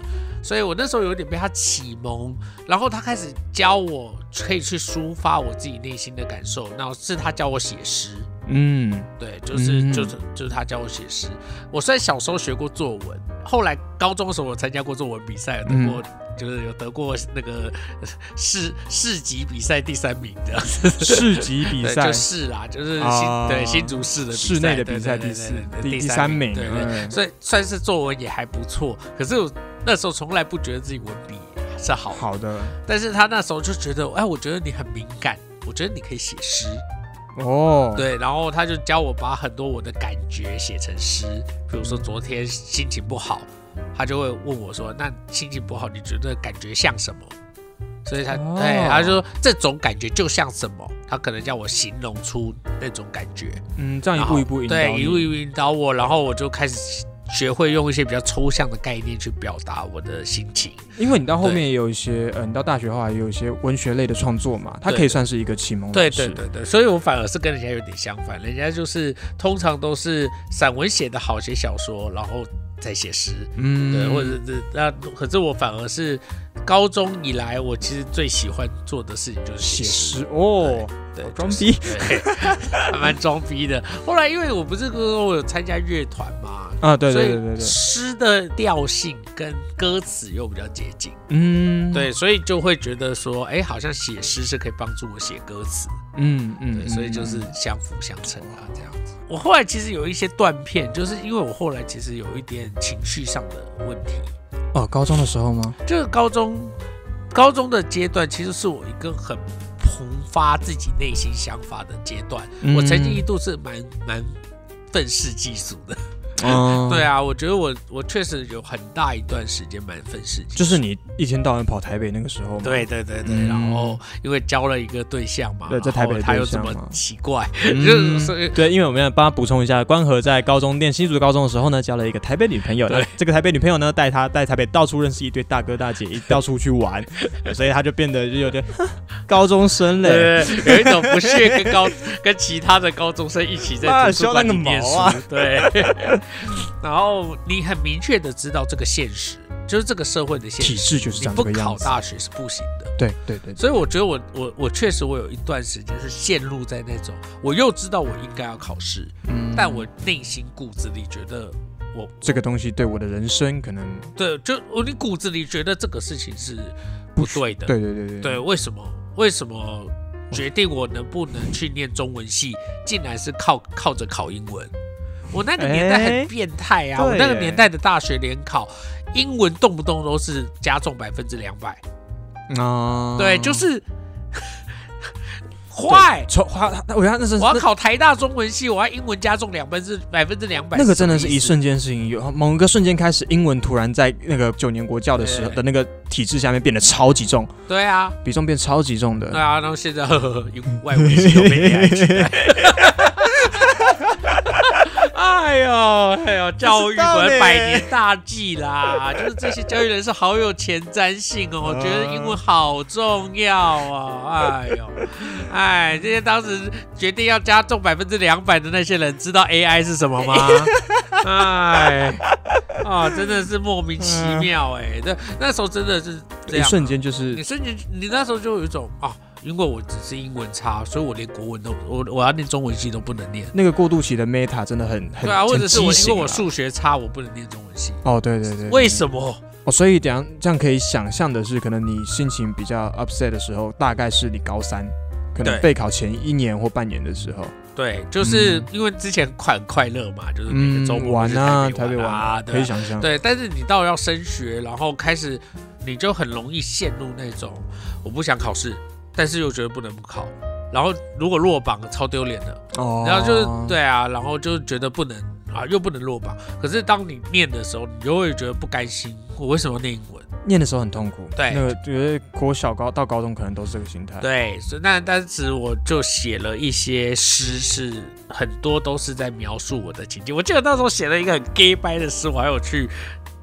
所以我那时候有点被他启蒙，然后他开始教我可以去抒发我自己内心的感受，然后是他教我写诗。 嗯， 对，就是嗯就是就是他教我写诗。我虽然小时候学过作文，后来高中的时候我参加过作文比赛，有得过、嗯、就是有得过那个市市级比赛第三名这样子。 市级比赛就是啦，就是新、啊、对新竹市的比赛市内的比赛第四第第三名， 对 对, 对、嗯，所以算是作文也还不错。可是我那时候从来不觉得自己文笔是好好的，但是他那时候就觉得，哎，我觉得你很敏感，我觉得你可以写诗。 哦， 对，然后他就教我把很多我的感觉写成诗，比如说昨天心情不好，他就会问我说：“那心情不好，你觉得感觉像什么？”所以他、哦、对他就说这种感觉就像什么，他可能叫我形容出那种感觉。 嗯，这样一步一步引导你， 对，一步一步引导我，然后我就开始学会用一些比较抽象的概念去表达我的心情。 因为你到后面也有一些，呃，你到大学后来也有一些文学类的创作嘛，它可以算是一个启蒙老师。 对对对对，所以我反而是跟人家有点相反，人家就是通常都是散文写得好，写小说，然后再写诗，嗯，对，或者是那，可是我反而是高中以来，我其实最喜欢做的事情就是写诗哦。 对， 装逼， 对，还蛮装逼的。后来因为我不是说我有参加乐团嘛， 啊，对对对对对， 诗的调性跟歌词又比较接近， 嗯， 对，所以就会觉得说，哎，好像写诗是可以帮助我写歌词， 嗯嗯， 对，所以就是相辅相成啊，这样子。我后来其实有一些断片，就是因为我后来其实有一点情绪上的问题。 哦，高中的时候吗？ 就是高中，高中的阶段其实是我一个很膨发自己内心想法的阶段，嗯、我曾经一度是蛮蛮愤世嫉俗的。嗯、对啊，我觉得我我确实有很大一段时间蛮愤世嫉俗， 就是你一天到晚跑台北那个时候嘛。 对对对对，嗯、然后因为交了一个对象嘛， 对，在台北的对象嘛， 他又这么奇怪，嗯、就是所以对，因为我们要帮他补充一下，关和在高中念新竹高中的时候呢，交了一个台北女朋友，对，这个台北女朋友呢带他在台北到处认识一堆大哥大姐，到处去玩，所以他就变得就有点高中生嘞， 对，有一种不屑跟高跟其他的高中生一起在图书馆里念书，啊、对，然后你很明确的知道这个现实，就是这个社会的现实， 体制就是这样，你不考大学是不行的。 对对 对, 对， 所以我觉得我我我确实我有一段时间是陷入在那种，我又知道我应该要考试，嗯，但我内心骨子里觉得我这个东西对我的人生可能对，就我你骨子里觉得这个事情是不对的。 对对对对对，为什么？为什么决定我能不能去念中文系，竟然是靠靠着考英文？我那个年代很变态啊！我那个年代的大学联考，英文动不动都是加重百分之两百。哦，对，就是坏。 我要那是我要考台大中文系，我要英文加重两分之百分之两百。 那个真的是一瞬间事情，有某一个瞬间开始，英文突然在那个九年国教的时候的那个体制下面变得超级重。 对啊， 比重变超级重的。 对啊，然后现在呵呵外文系都被 A I 取代。哎呦哎呦，教育果然百年大计啦！就是这些教育人士好有前瞻性哦，我觉得英文好重要啊！哎呦，哎，这些当时决定要加重百分之两百的那些人，知道 A I 是什么吗？哎，啊，真的是莫名其妙哎！那那时候真的是这样， 一瞬间就是你瞬间，你那时候就有一种啊。因为我只是英文差，所以我连国文都我我要念中文系都不能念。 那个过渡期的 meta 真的很很对啊，或者是我因为我数学差，我不能念中文系。 哦，对对 对, 对， 为什么？ 哦，所以等下这样可以想象的是，可能你心情比较 upset 的时候，大概是你高三，可能备考前一年或半年的时候。 对，就是因为之前很快乐嘛，就是每个周末玩啊， 台北玩啊， 可以想象。 对，但是你到要升学，然后开始你就很容易陷入那种我不想考试。但是又觉得不能不考，然后如果落榜超丢脸的，哦，然后就是对啊，然后就觉得不能啊，又不能落榜。可是当你念的时候，你就会觉得不甘心，我为什么要念英文？ 念的时候很痛苦， 对， 那个觉得国小高到高中可能都是这个心态。 对，所以那当时我就写了一些诗，是很多都是在描述我的情境。我记得那时候写了一个很 gay 掰的诗，我还有去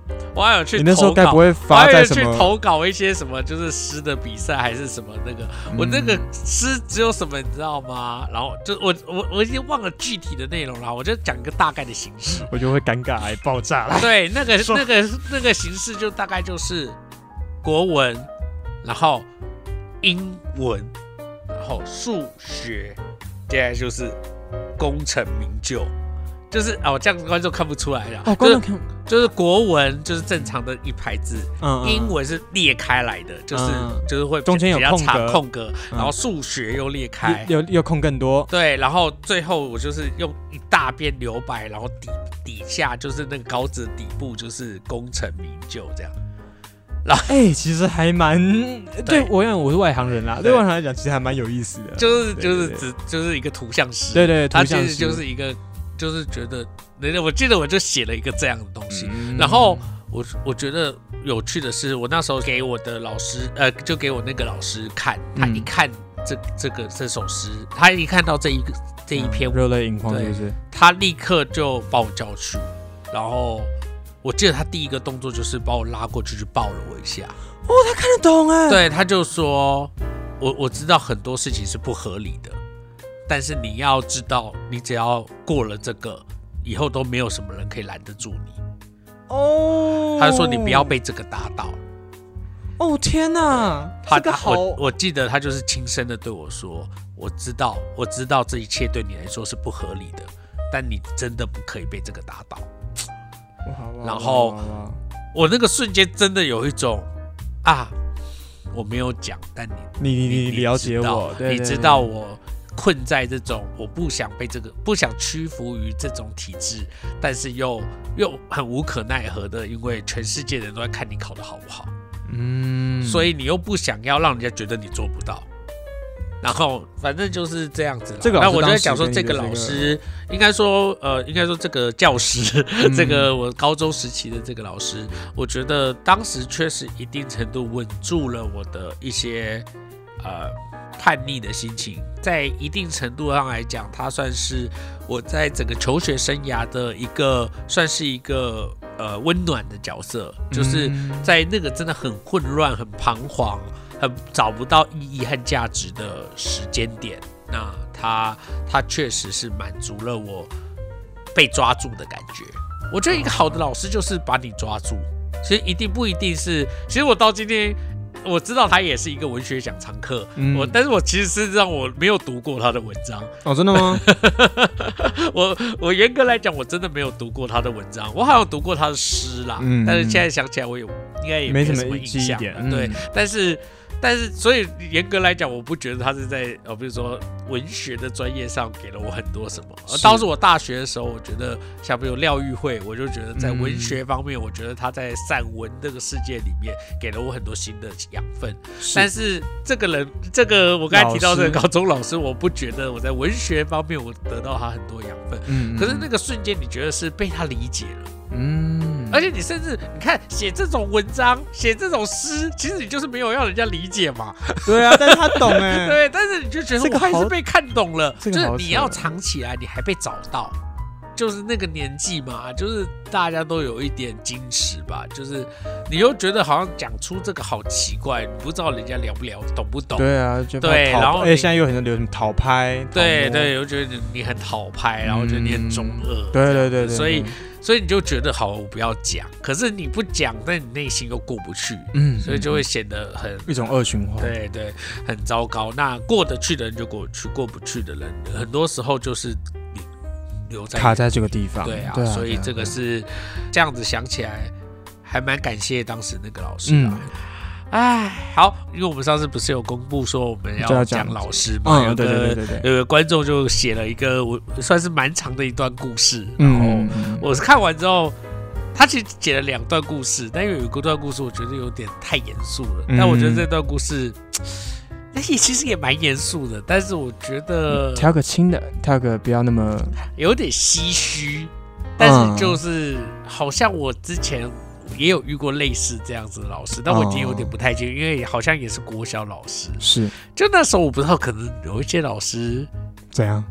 我还有去投稿， 你那时候该不会发在什么？ 我还有去投稿一些什么，就是诗的比赛还是什么那个，嗯、我那个诗只有什么你知道吗？然后就我我我已经忘了具体的内容了，我就讲一个大概的形式， 我就会尴尬还爆炸了。 对，那个那个那个形式就大概就是国文，然后英文，然后数学，接下来就是功成名就。就是哦，这样观众看不出来了。 哦，观众看、就是， 就是国文就是正常的一排字， 嗯嗯、 英文是裂开来的，就是、嗯、就是会中间有空格， 空格，然后数学又裂开， 又又空更多。 对，然后最后我就是用一大片留白，然后底底下就是那个稿子的底部就是功成名就这样。 哎、欸，其实还蛮对我，因为我是外行人啦，对外行人来讲，其实还蛮有意思的。 就是就是只就是一个图像师， 对 对, 对， 它其实就是一个。就是觉得，我记得我就写了一个这样的东西，嗯、然后我我觉得有趣的是，我那时候给我的老师，呃，就给我那个老师看，他一看这、嗯、这个这首诗，他一看到这一个这一篇热泪盈眶，是不是？ 他立刻就把我叫去，然后我记得他第一个动作就是把我拉过去，去抱了我一下。 哦，他看得懂哎。 对，他就说，我我知道很多事情是不合理的。但是你要知道，你只要过了这个，以后都没有什么人可以拦得住你。 哦， 他就说你不要被这个打倒。 哦天哪， 他这个好， 我我记得他就是轻声的对我说：“我知道，我知道这一切对你来说是不合理的，但你真的不可以被这个打倒。”然后我那个瞬间真的有一种啊，我没有讲，但你你你你了解我，对对对， 你知道我。困在这种我不想被这个不想屈服于这种体制，但是又又很无可奈何的，因为全世界人都在看你考得好不好，嗯，所以你又不想要让人家觉得你做不到，然后反正就是这样子。 这个， 那我就在讲说，这个老师应该说，呃，应该说这个教师，嗯、这个我高中时期的这个老师，我觉得当时确实一定程度稳住了我的一些呃。叛逆的心情，在一定程度上来讲，他算是我在整个求学生涯的一个，算是一个呃温暖的角色，就是在那个真的很混乱、很彷徨、很找不到意义和价值的时间点，那他他确实是满足了我被抓住的感觉。我觉得一个好的老师就是把你抓住，其实一定不一定是，其实我到今天。我知道他也是一个文学讲堂课，嗯、我但是我其实事实上我没有读过他的文章。 哦，真的吗？ 我我严格来讲，我真的没有读过他的文章，我好像读过他的诗啦，嗯、但是现在想起来，我也应该也没什么印象了。嗯、对，但是但是所以严格来讲，我不觉得他是在呃，比如说文学的专业上给了我很多什么。而当时我大学的时候，我觉得像比如廖玉慧，我就觉得在文学方面，嗯、我觉得他在散文这个世界里面给了我很多新的养分。是但是这个人，这个我刚才提到这个高中老师，我不觉得我在文学方面我得到他很多养分。嗯、可是那个瞬间，你觉得是被他理解了。嗯，而且你甚至你看写这种文章、写这种诗，其实你就是没有要人家理解嘛。 对啊，但是他懂哎。 对，但是你就觉得我还是被看懂了，这个、就是你要藏起来，你还被找到。就是那个年纪嘛，就是大家都有一点矜持吧，就是你又觉得好像讲出这个好奇怪，你不知道人家了不了懂不懂？ 对啊，就对，然后而且现在又很多流行讨拍， 对对，我觉得你很讨拍，然后觉得你很中二， 嗯、对对对对， 所以所以你就觉得好，我不要讲，可是你不讲，但你内心又过不去，嗯，所以就会显得很一种恶循环， 对对，很糟糕。那过得去的人就过去，过不去的人，很多时候就是你。留在卡在这个地方， 对啊，对啊，所以这个是这样子想起来，还蛮感谢当时那个老师啊。哎、嗯，好，因为我们上次不是有公布说我们要讲老师嘛， 嗯、有个对对对对有个观众就写了一个我算是蛮长的一段故事，然后我是看完之后，他其实写了两段故事，但因为有一段故事我觉得有点太严肃了，嗯、但我觉得这段故事。那也其实也蛮严肃的，但是我觉得挑个轻的，挑个不要那么有点唏嘘，但是就是好像我之前也有遇过类似这样子的老师，但我已经有点不太清楚，因为好像也是国小老师， 是， 就那时候我不知道，可能有一些老师怎样， 可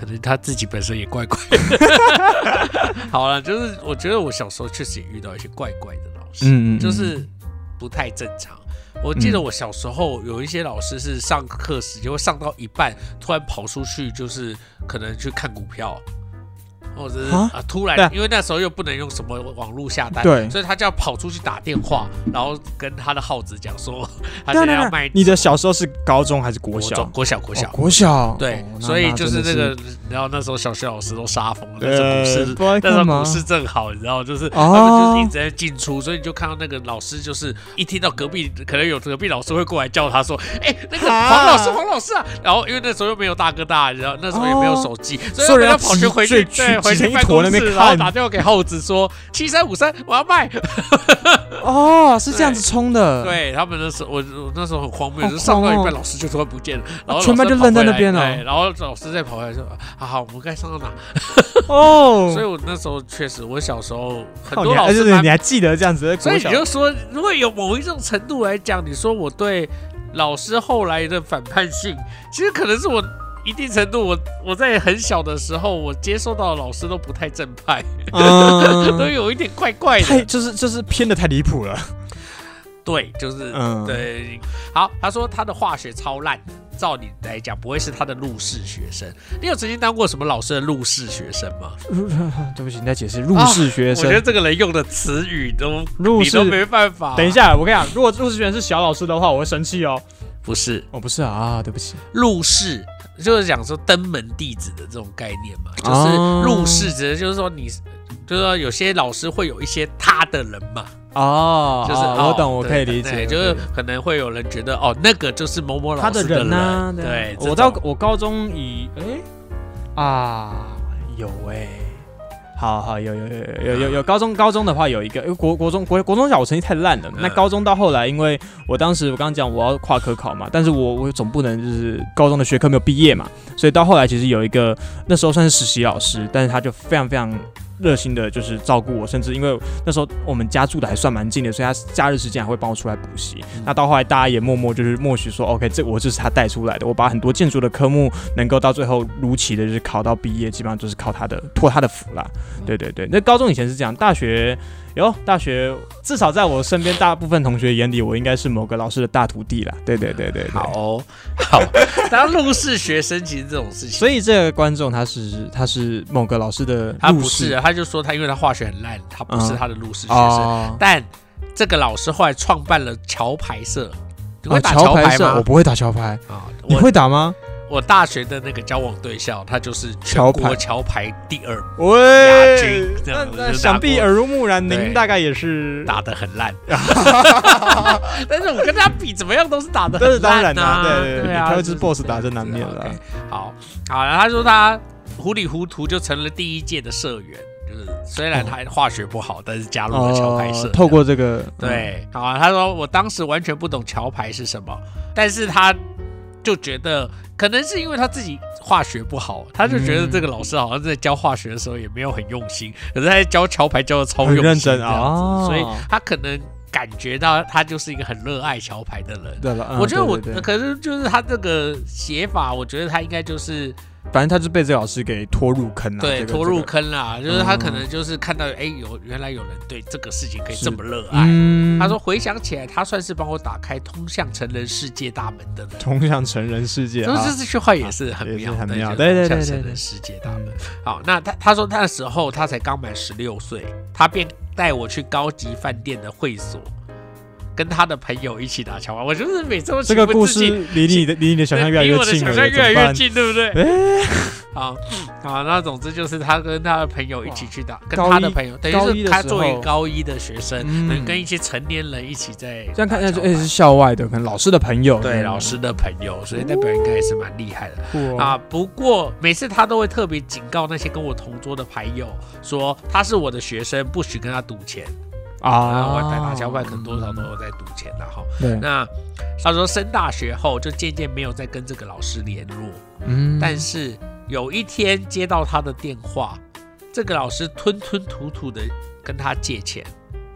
可能他自己本身也怪怪的。好了，就是我觉得我小时候确实也遇到一些怪怪的老师，嗯嗯嗯就是不太正常。我记得我小时候有一些老师是上课时就会上到一半，突然跑出去，就是可能去看股票。或者是啊，突然，因为那时候又不能用什么网络下单，对，所以他就要跑出去打电话，然后跟他的号子讲说，他现在要卖。 你的小时候是高中还是国小？ 国小，国小， 哦、国小。 对，哦、所以就是那个，然后那时候小学老师都杀疯了，那时候股市，那时候股市正好，你知道，就是、哦、他们就是一直在进出，所以你就看到那个老师，就是一听到隔壁可能有隔壁老师会过来叫他说，哎、欸，那个黄老师，黄老师啊，然后因为那时候又没有大哥大，然后那时候也没有手机，哦、所以要跑去回去，对。回去办公室，然后打电话给后子说七三五三，我要卖。 哦，是这样子冲的。 对他们那时候，我我那时候很荒谬，就是上到一半老师就突然不见了，然后全班就愣在那边了。 然后老师再跑回来说：“好好，我们该上到哪？”哦，所以我那时候确实，我小时候很多老师， 你还记得这样子？ 所以你就说，如果有某一种程度来讲，你说我对老师后来的反叛性，其实可能是我。一定程度我，我我在很小的时候，我接受到的老师都不太正派，嗯、都有一点怪怪的， 太就是就是偏的太离谱了。 对，就是、嗯、对。好，他说他的化学超烂，照理来讲不会是他的入室学生。你有曾经当过什么老师的入室学生吗？ 对不起，你在解释入室学生、 啊。我觉得这个人用的词语都你都没办法。 等一下，我跟你讲，如果入室学生是小老师的话，我会生气哦。 不是， 哦，不是啊，对不起， 入室。就是讲说登门弟子的这种概念嘛，就是入室指的就是说你，就是说有些老师会有一些他的人嘛， 哦，就是、哦、我懂，我可以理解， 就是可能会有人觉得哦，那个就是某某老师的人， 他的人啊， 对， 我到我高中以哎、欸、啊有哎、欸。好好有有有有有有高中高中的话有一个，因为国国中国国中小我成绩太烂了，那高中到后来，因为我当时我刚刚讲我要跨科考嘛，但是我我总不能就是高中的学科没有毕业嘛，所以到后来其实有一个那时候算是实习老师，但是他就非常非常热心的，就是照顾我，甚至因为那时候我们家住的还算蛮近的，所以他假日时间还会帮我出来补习。嗯、那到后来大家也默默就是默许说 ，OK， 这我就是他带出来的，我把很多建筑的科目能够到最后如期的就是考到毕业，基本上就是靠他的托他的福啦。嗯、对对对，那高中以前是这样，大学有大学至少在我身边大部分同学眼里，我应该是某个老师的大徒弟啦。对对对 对, 对， 好、哦、好，当入室学生其实这种事情， 所以这个观众他是他是某个老师的入室， 他不是、啊，他就说他因为他化学很烂，他不是他的入室学生，嗯哦、但这个老师后来创办了桥牌社，你会打桥牌吗？ 哦、我不会打桥牌啊，你会打吗？ 我大学的那个交往对象，他就是全国桥牌第二亚军， 那那想必耳濡目染，您大概也是打得很烂。但是我跟他比，怎么样都是打得很烂啊。 当然啊，对对对， 啊， 他一支 boss 打真难免了。 Okay, 好，好，然后他说他糊里糊涂就成了第一届的社员。就是虽然他化学不好，但是加入了桥牌社、哦。 透过这个， 对，好啊。他说我当时完全不懂桥牌是什么，但是他就觉得可能是因为他自己化学不好，他就觉得这个老师好像在教化学的时候也没有很用心，可是他在教桥牌教的超用心， 很认真这样子、哦，所以他可能感觉到他就是一个很热爱桥牌的人。 对了，嗯、 我觉得我对对对可是就是他这个写法，我觉得他应该就是。 反正他就被这个老师给拖入坑了、啊， 对， 这个、 拖入坑啦、 这个，就是他可能就是看到，哎、欸，有原来有人对这个事情可以这么热爱。嗯、他说回想起来，他算是帮我打开通向成人世界大门的人。 通向成人世界， 就是这句话也是很妙的， 很妙，对对对对， 通向成人世界大门。好，那他他说那时候他才刚满十六岁，他便带我去高级饭店的会所。跟他的朋友一起打桥牌，我就是每次都这个故事离你的离你的想象越来越近了， 离我的想象越来越近，对不对？欸、好，好，那总之就是他跟他的朋友一起去打，跟他的朋友，等于是他作为高一的学生，能、嗯、跟一些成年人一起在这样看起来就哎是校外的，可能老师的朋友， 对老师的朋友，所以代表应该也是蛮厉害的、哦、啊。不过每次他都会特别警告那些跟我同桌的牌友说，他是我的学生，不许跟他赌钱。啊，我在打桥牌，可能多少都有在赌钱的哈。那他说升大学后就渐渐没有再跟这个老师联络，嗯，但是有一天接到他的电话，这个老师吞吞吐吐的跟他借钱。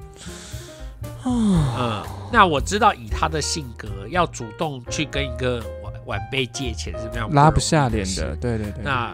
嗯，那我知道以他的性格，要主动去跟一个晚晚辈借钱是非常不拉不下脸的，对对对。 那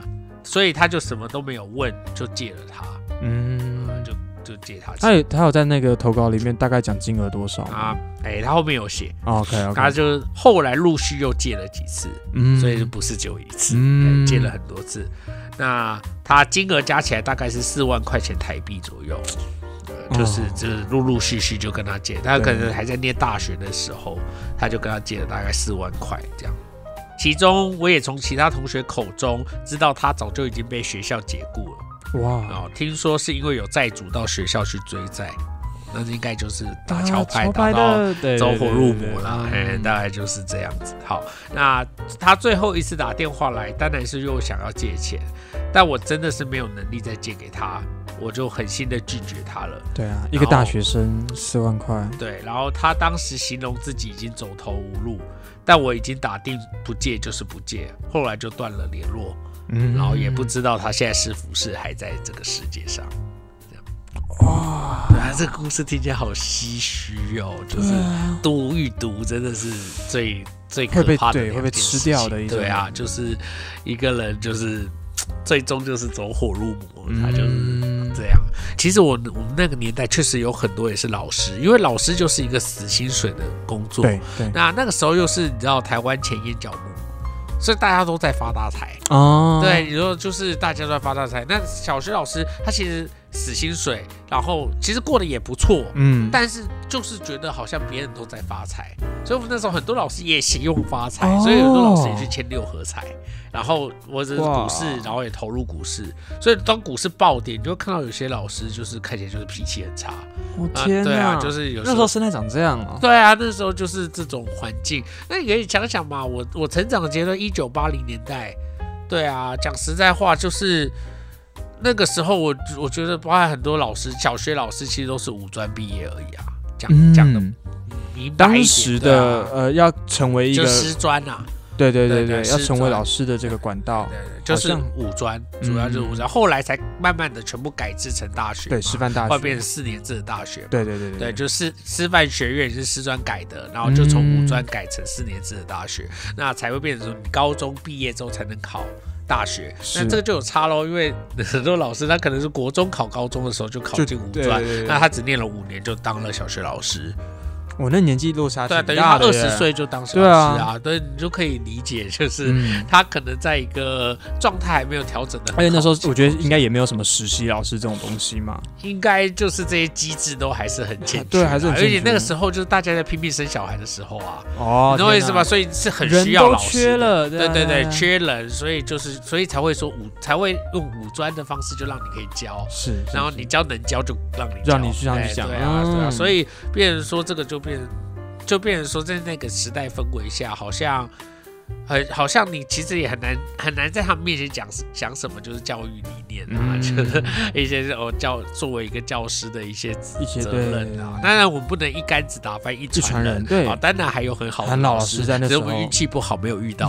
所以他就什么都没有问，就借了他，嗯，呃、就就借他钱。 他有他有在那个投稿里面大概讲金额多少吗？ 啊，哎、欸，他后面有写、 哦、，OK OK， 他就后来陆续又借了几次，嗯，所以就不是只有一次，嗯，借了很多次。那他金额加起来大概是四万块钱台币左右。就是就是陆陆续续就跟他借，他可能还在念大学的时候，他就跟他借了大概四万块这样。其中我也从其他同学口中知道，他早就已经被学校解雇了。哇！哦，听说是因为有债主到学校去追债，那应该就是打桥牌打到走火入魔啦，哎，大概就是这样子。好，那他最后一次打电话来，当然是又想要借钱，但我真的是没有能力再借给他。我就狠心的拒绝他了。 对啊，一个大学生四万块。 对，然后他当时形容自己已经走投无路，但我已经打定不借就是不借，后来就断了联络。嗯，然后也不知道他现在是不是还在这个世界上。这样哇，对啊，这个故事听起来好唏嘘哦，就是毒与毒真的是最最可怕的两件事情， 会被吃掉的一种。 对啊，就是一个人就是最终就是走火入魔，他就是这样。其实我我们那个年代确实有很多也是老师，因为老师就是一个死薪水的工作。 对对。 那那个时候又是你知道台湾前烟角木，所以大家都在发大财哦。对，你说就是大家都在发大财。那小学老师他其实死薪水，然后其实过得也不错，嗯，但是就是觉得好像别人都在发财，所以我们那时候很多老师也希望发财，哦、所以很多老师也去签六合彩。然后或者是股市，然后也投入股市，所以当股市暴跌，你就会看到有些老师就是看起来就是脾气很差。 我、哦、天哪、啊！ 对啊，就是有时候那时候生态长这样啊。 对啊，那时候就是这种环境。那你可以想想嘛，我我成长的阶段，一九八零年代，对啊，讲实在话，就是那个时候我我觉得，包括很多老师，小学老师其实都是五专毕业而已啊。讲讲的明白一点， 当时的、啊、呃，要成为一个就师专啊。 对对对 对, 对，要成为老师的这个管道， 对 对, 对，就是五专，主要就是五专、嗯，后来才慢慢的全部改制成大学， 对，师范大学， 会变成四年制的大学， 对对对 对, 对，就是师范学院是师专改的，然后就从五专改成四年制的大学，嗯、那才会变成说你高中毕业之后才能考大学，那这个就有差咯，因为很多老师他可能是国中考高中的时候就考进五专，那他只念了五年就当了小学老师。 我那年纪落差挺大的， 对，等于他二十岁就当小老师啊，对，你就可以理解，就是他可能在一个状态还没有调整的很好， 而且那时候我觉得应该也没有什么实习老师这种东西嘛， 应该就是这些机制都还是很欠缺， 对，还是很欠缺， 而且那个时候就是大家在拼命生小孩的时候啊，哦，你懂我意思吗？所以是很需要老师， 人都缺了， 对对对，缺人，所以就是所以才会说五才会用五专的方式就让你可以教， 是， 然后你教能教就让你让你去上去讲， 对啊对啊，所以变成说这个就变成。就变成说，在那个时代氛围下，好像很好像你其实也很难很难在他们面前讲讲什么，就是教育理念啊，嗯、就是一些哦教作为一个教师的一些责任啊。当然，我们不能一竿子打翻一船人， 对啊，当然还有很好的很老师在那时候， 只是我们运气不好，没有遇到。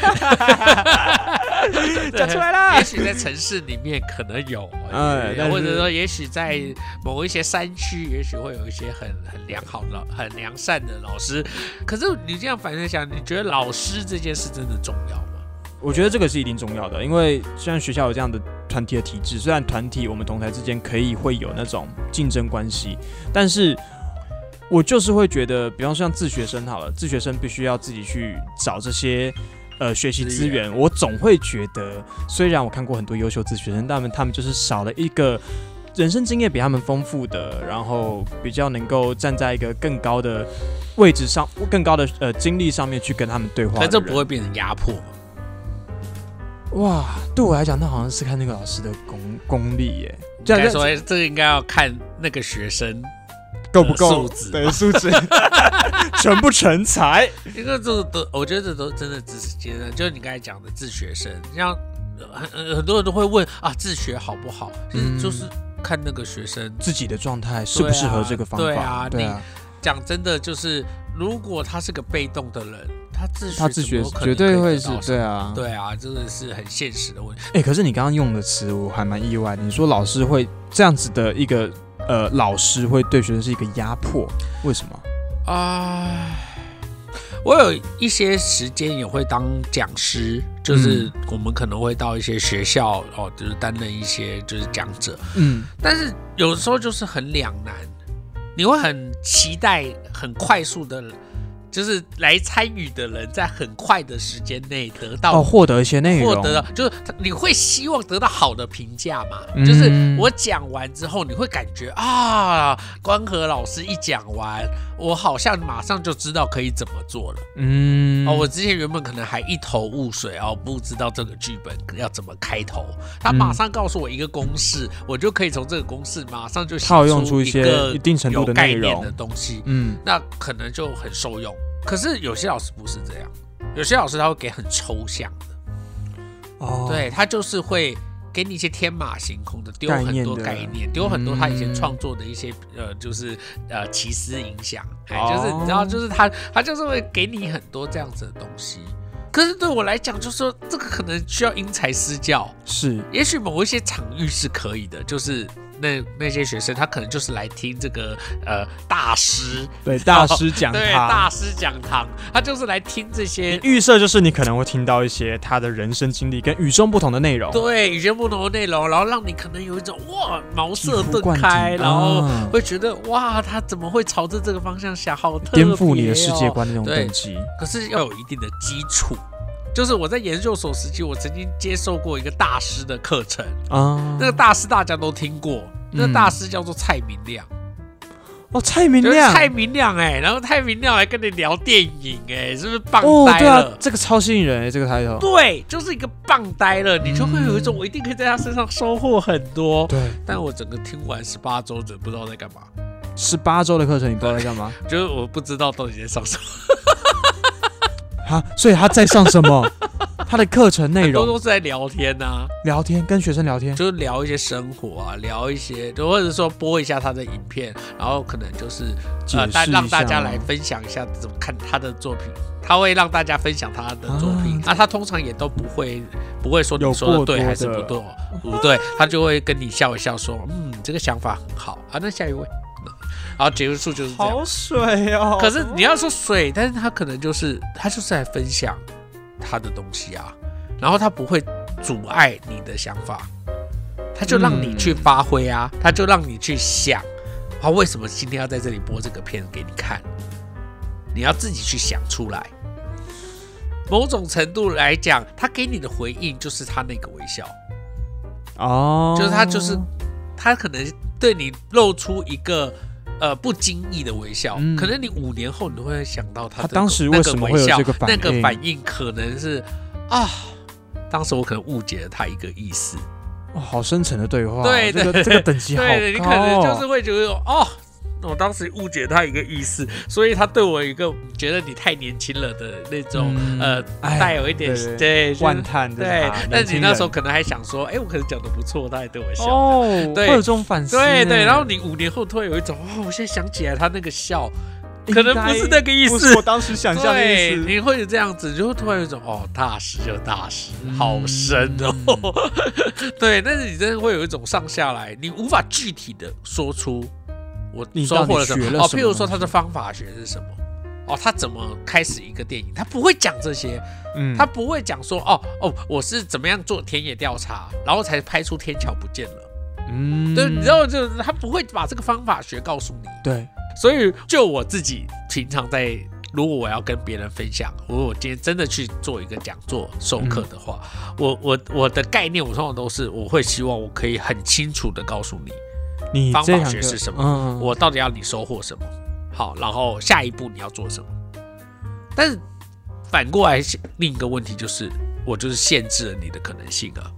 讲出来了， 也许在城市里面可能有，嗯、或者说也许在某一些山区，也许会有一些很很良好的、很良善的老师。可是你这样反正想，你觉得老师这件事真的重要吗？ 我觉得这个是一定重要的，因为虽然学校有这样的团体的体制，虽然团体我们同台之间可以会有那种竞争关系，但是我就是会觉得，比方说像自学生好了，自学生必须要自己去找这些。呃，学习资源，我总会觉得，虽然我看过很多优秀自学生，但他们就是少了一个人生经验比他们丰富的，然后比较能够站在一个更高的位置上、更高的呃经历上面去跟他们对话的人。 可这不会变成压迫吗？ 哇，对我来讲，那好像是看那个老师的功功力耶。 应该说，这个应该要看那个学生。 够不够素质？ 对，素质成不成才？ 因为这都，我觉得这都真的只是阶段，就是你刚才讲的自学生，像很很多人都会问啊，自学好不好？嗯，就是看那个学生自己的状态适不适合这个方法。 对啊， 对啊。 讲真的，就是如果他是个被动的人，他自学， 他自学绝对会是，对啊， 对啊，这个是很现实的问题。 哎、欸，可是你刚刚用的词我还蛮意外，你说老师会这样子的一个。呃，老师会对学生是一个压迫，为什么？ 啊、呃， 我有一些时间也会当讲师，就是我们可能会到一些学校哦，就是担任一些就是讲者，嗯，但是有时候就是很两难，你会很期待很快速的。就是来参与的人在很快的时间内得到哦，获得一些内容， 获得到就是你会希望得到好的评价嘛？嗯、就是我讲完之后，你会感觉啊，关和老师一讲完，我好像马上就知道可以怎么做了。嗯，哦，我之前原本可能还一头雾水哦，不知道这个剧本要怎么开头，他马上告诉我一个公式，嗯、我就可以从这个公式马上就套用出一些一定程度的内容有概念的东西。嗯，那可能就很受用。可是有些老师不是这样，有些老师他会给很抽象的，哦，对他就是会给你一些天马行空的，丢很多概念，丢很多他以前创作的一些、嗯、呃，就是呃奇思影响，哎、哦，就是你知道，就是他他就是会给你很多这样子的东西。可是对我来讲，就是说这个可能需要因材施教， 是， 也许某一些场域是可以的，就是。那那些学生，他可能就是来听这个呃大师， 对大师讲堂， 对大师讲堂，他就是来听这些。 预设就是你可能会听到一些他的人生经历跟与众不同的内容， 对与众不同的内容，然后让你可能有一种哇茅塞顿开，然后会觉得哇他怎么会朝着这个方向想，好特别、哦， 颠覆你的世界观那种等级。 可是要有一定的基础。就是我在研究所时期，我曾经接受过一个大师的课程啊，那个大师大家都听过，那个大师叫做蔡明亮。 哦，蔡明亮， 蔡明亮哎、欸，然后蔡明亮来跟你聊电影哎、欸，是不是棒呆了？哦， 对啊，这个超吸引人哎、欸，这个抬头。 对，就是一个棒呆了，你就会有一种我一定可以在他身上收获很多。 对， 但我整个听完十八周，真不知道在干嘛。 十八周的课程，你不知道在干嘛？ 就是我不知道到底在上什么。 啊，所以他在上什么？他的课程内容很多都是在聊天啊， 聊天跟学生聊天， 就是聊一些生活啊，聊一些，或者说播一下他的影片，然后可能就是呃，让大家来分享一下怎么看他的作品，他会让大家分享他的作品，啊，他通常也都不会不会说你说的对还是不对，不对，他就会跟你笑一笑说，嗯，这个想法很好啊，那下一位。然后结束就是这样， 好水哦。 可是你要说水，但是他可能就是他就是来分享他的东西啊，然后他不会阻碍你的想法，他就让你去发挥啊，嗯、他就让你去想，他为什么今天要在这里播这个片给你看，你要自己去想出来。某种程度来讲，他给你的回应就是他那个微笑，哦，就是他就是他可能对你露出一个。呃，不经意的微笑，嗯、可能你五年后你都会想到他的、 他当时为什么会有这个反应？ 那个反应可能是啊，当时我可能误解了他一个意思。 哦，好深层的对话， 对对、 这個，这个等级好高、哦。 对，你可能就是会觉得哦，我当时误解他一个意思，所以他对我一个觉得你太年轻了的那种、嗯、呃，带有一点对对万叹对，但是你那时候可能还想说，哎、欸，我可能讲的不错，他还对我笑， 哦， 对， 会有这种反思， 对对，然后你五年后突然有一种，哦，我现在想起来他那个笑。可能不是那个意思， 不是我当时想象的意思。 你会有这样子，就会突然有一种哦，大师就大师，嗯、好深哦。嗯、对，但是你真的会有一种上下来，你无法具体的说出我收获了什么哦。譬如说他的方法学是什么哦，他怎么开始一个电影，他不会讲这些，嗯，他不会讲说哦哦，我是怎么样做田野调查，然后才拍出天桥不见了。嗯，对，你知道，就是他不会把这个方法学告诉你。 对。 所以，就我自己平常在，如果我要跟别人分享，如果我今天真的去做一个讲座授课的话，嗯、我我我的概念，我通常都是我会希望我可以很清楚的告诉你， 你方法学是什么，嗯、我到底要你收获什么，好，然后下一步你要做什么。但是反过来，另一个问题就是，我就是限制了你的可能性啊。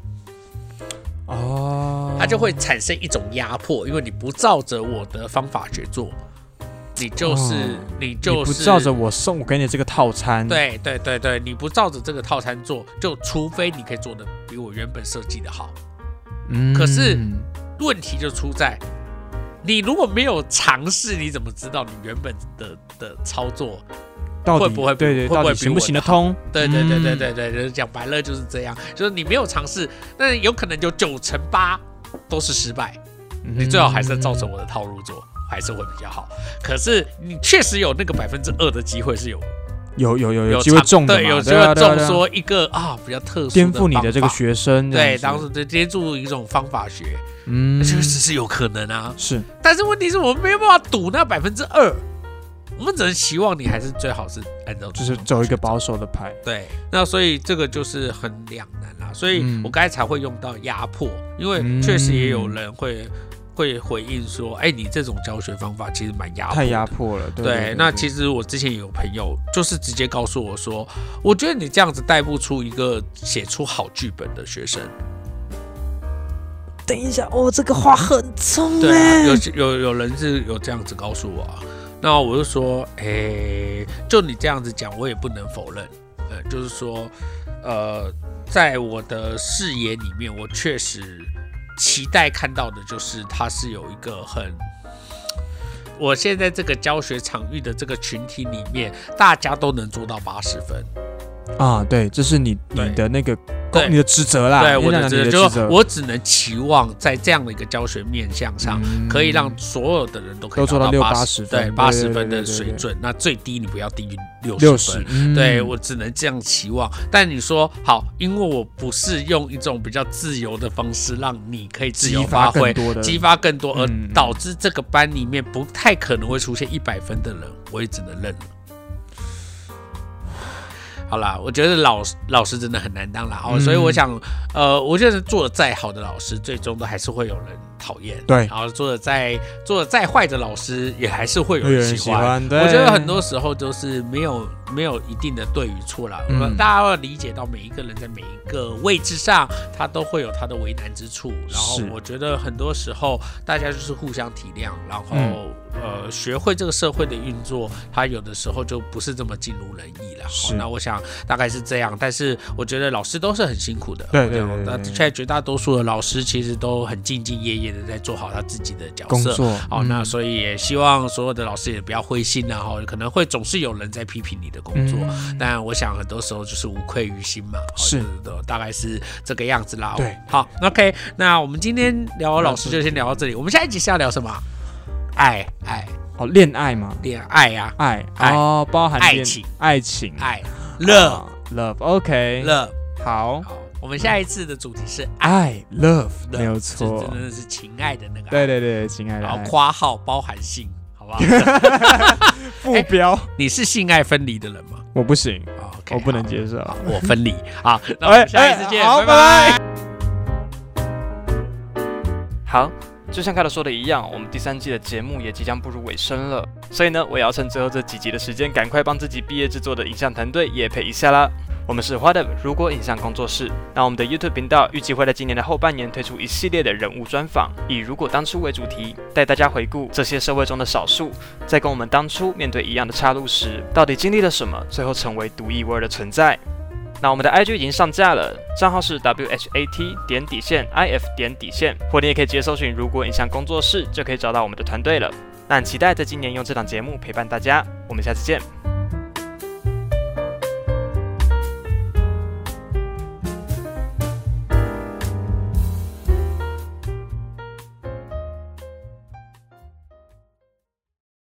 哦，它就会产生一种压迫，因为你不照着我的方法去做。你就是、哦、你就是你不照着我送我给你这个套餐， 对对对对，你不照着这个套餐做，就除非你可以做的比我原本设计的好。嗯，可是问题就出在，你如果没有尝试，你怎么知道你原本的的操作到底会不会对对， 会不会到底行不行得通？ 对对对对对对，就是讲白了就是这样，就是你没有尝试，那有可能有九成八都是失败。你最好还是照着我的套路做。还是会比较好，可是你确实有那个百分之二的机会是有有有有有机会中的嘛， 对，有机会中说一个啊比较特殊的颠覆你的这个学生， 对，当时就颠覆一种方法学，嗯，确实是有可能啊， 是， 但是问题是我们没有办法赌那百分之二，我们只能期望你还是最好是按照就是走一个保守的牌， 对，那所以这个就是很两难啦，所以我刚才才会用到压迫，因为确实也有人会。会回应说，哎、欸，你这种教学方法其实蛮压迫的， 太压迫了。对, 对, 对, 对, 对， 那其实我之前有朋友就是直接告诉我说，我觉得你这样子带不出一个写出好剧本的学生。 等一下，哦，这个话很重哎、 对啊，有有有人是有这样子告诉我、啊，那我就说，哎、欸，就你这样子讲，我也不能否认，呃，就是说，呃，在我的视野里面，我确实。期待看到的就是它是有一个很，我现在这个教学场域的这个群体里面，大家都能做到八十分啊，对，这是你你的那个你的职责啦， 对，我的职责， 就我只能期望在这样的一个教学面向上，嗯、可以让所有的人都可以做到六八十分， 对，八十分的水准，那最低你不要低于六十分，嗯、对我只能这样期望。但你说好，因为我不是用一种比较自由的方式让你可以自由发挥，激发更多，而导致这个班里面不太可能会出现一百分的人，我也只能认了。好啦，我觉得老老师真的很难当啦，嗯、所以我想，呃，我觉得做的再好的老师，最终都还是会有人讨厌， 对， 然后做的再做的再坏的老师，也还是会有人喜欢。 喜欢， 我觉得很多时候都是没有没有一定的对与错啦，嗯、大家要理解到每一个人在每一个位置上，他都会有他的为难之处。然后我觉得很多时候大家就是互相体谅，然后、嗯、呃学会这个社会的运作，他有的时候就不是这么尽如人意了。那我想大概是这样，但是我觉得老师都是很辛苦的。 对对对， 那现在绝大多数的老师其实都很兢兢业业的在做好他自己的角色。 工作。 好、嗯，那所以也希望所有的老师也不要灰心啊，哈，可能会总是有人在批评你的工作，嗯、但我想很多时候就是无愧于心嘛。 是的，大概是这个样子啦。 对， 好 ，OK， 那我们今天聊老师就先聊到这里。我们下一集是要聊什么？爱爱哦，恋爱吗？ 恋爱啊， 爱哦，包含爱情， 爱情， 爱 love love OK love 好。 我们下一次的主题是爱 love， 没有错， 真的是情爱的那个。 对对对，情爱的爱。 然后括号包含性，好不好？ 副标、 欸，你是性爱分离的人吗？ 我不行， okay, 我不能接受。 我分离。好，那我们下一次见， 欸欸、拜拜。 好，就像开头说的一样，我们第三季的节目也即将步入尾声了，所以呢，我也要趁最后这几集的时间，赶快帮自己毕业制作的影像团队业配一下啦。我们是 Whatever 如果影像工作室，那我们的 YouTube 频道预计会在今年的后半年推出一系列的人物专访，以如果当初为主题，带大家回顾这些社会中的少数，在跟我们当初面对一样的岔路时，到底经历了什么，最后成为独一无二的存在。那我们的 I G 已经上架了，账号是 W H A T 点底线 I F 点底线，或你也可以直接搜寻如果影像工作室，就可以找到我们的团队了。那很期待在今年用这档节目陪伴大家，我们下次见。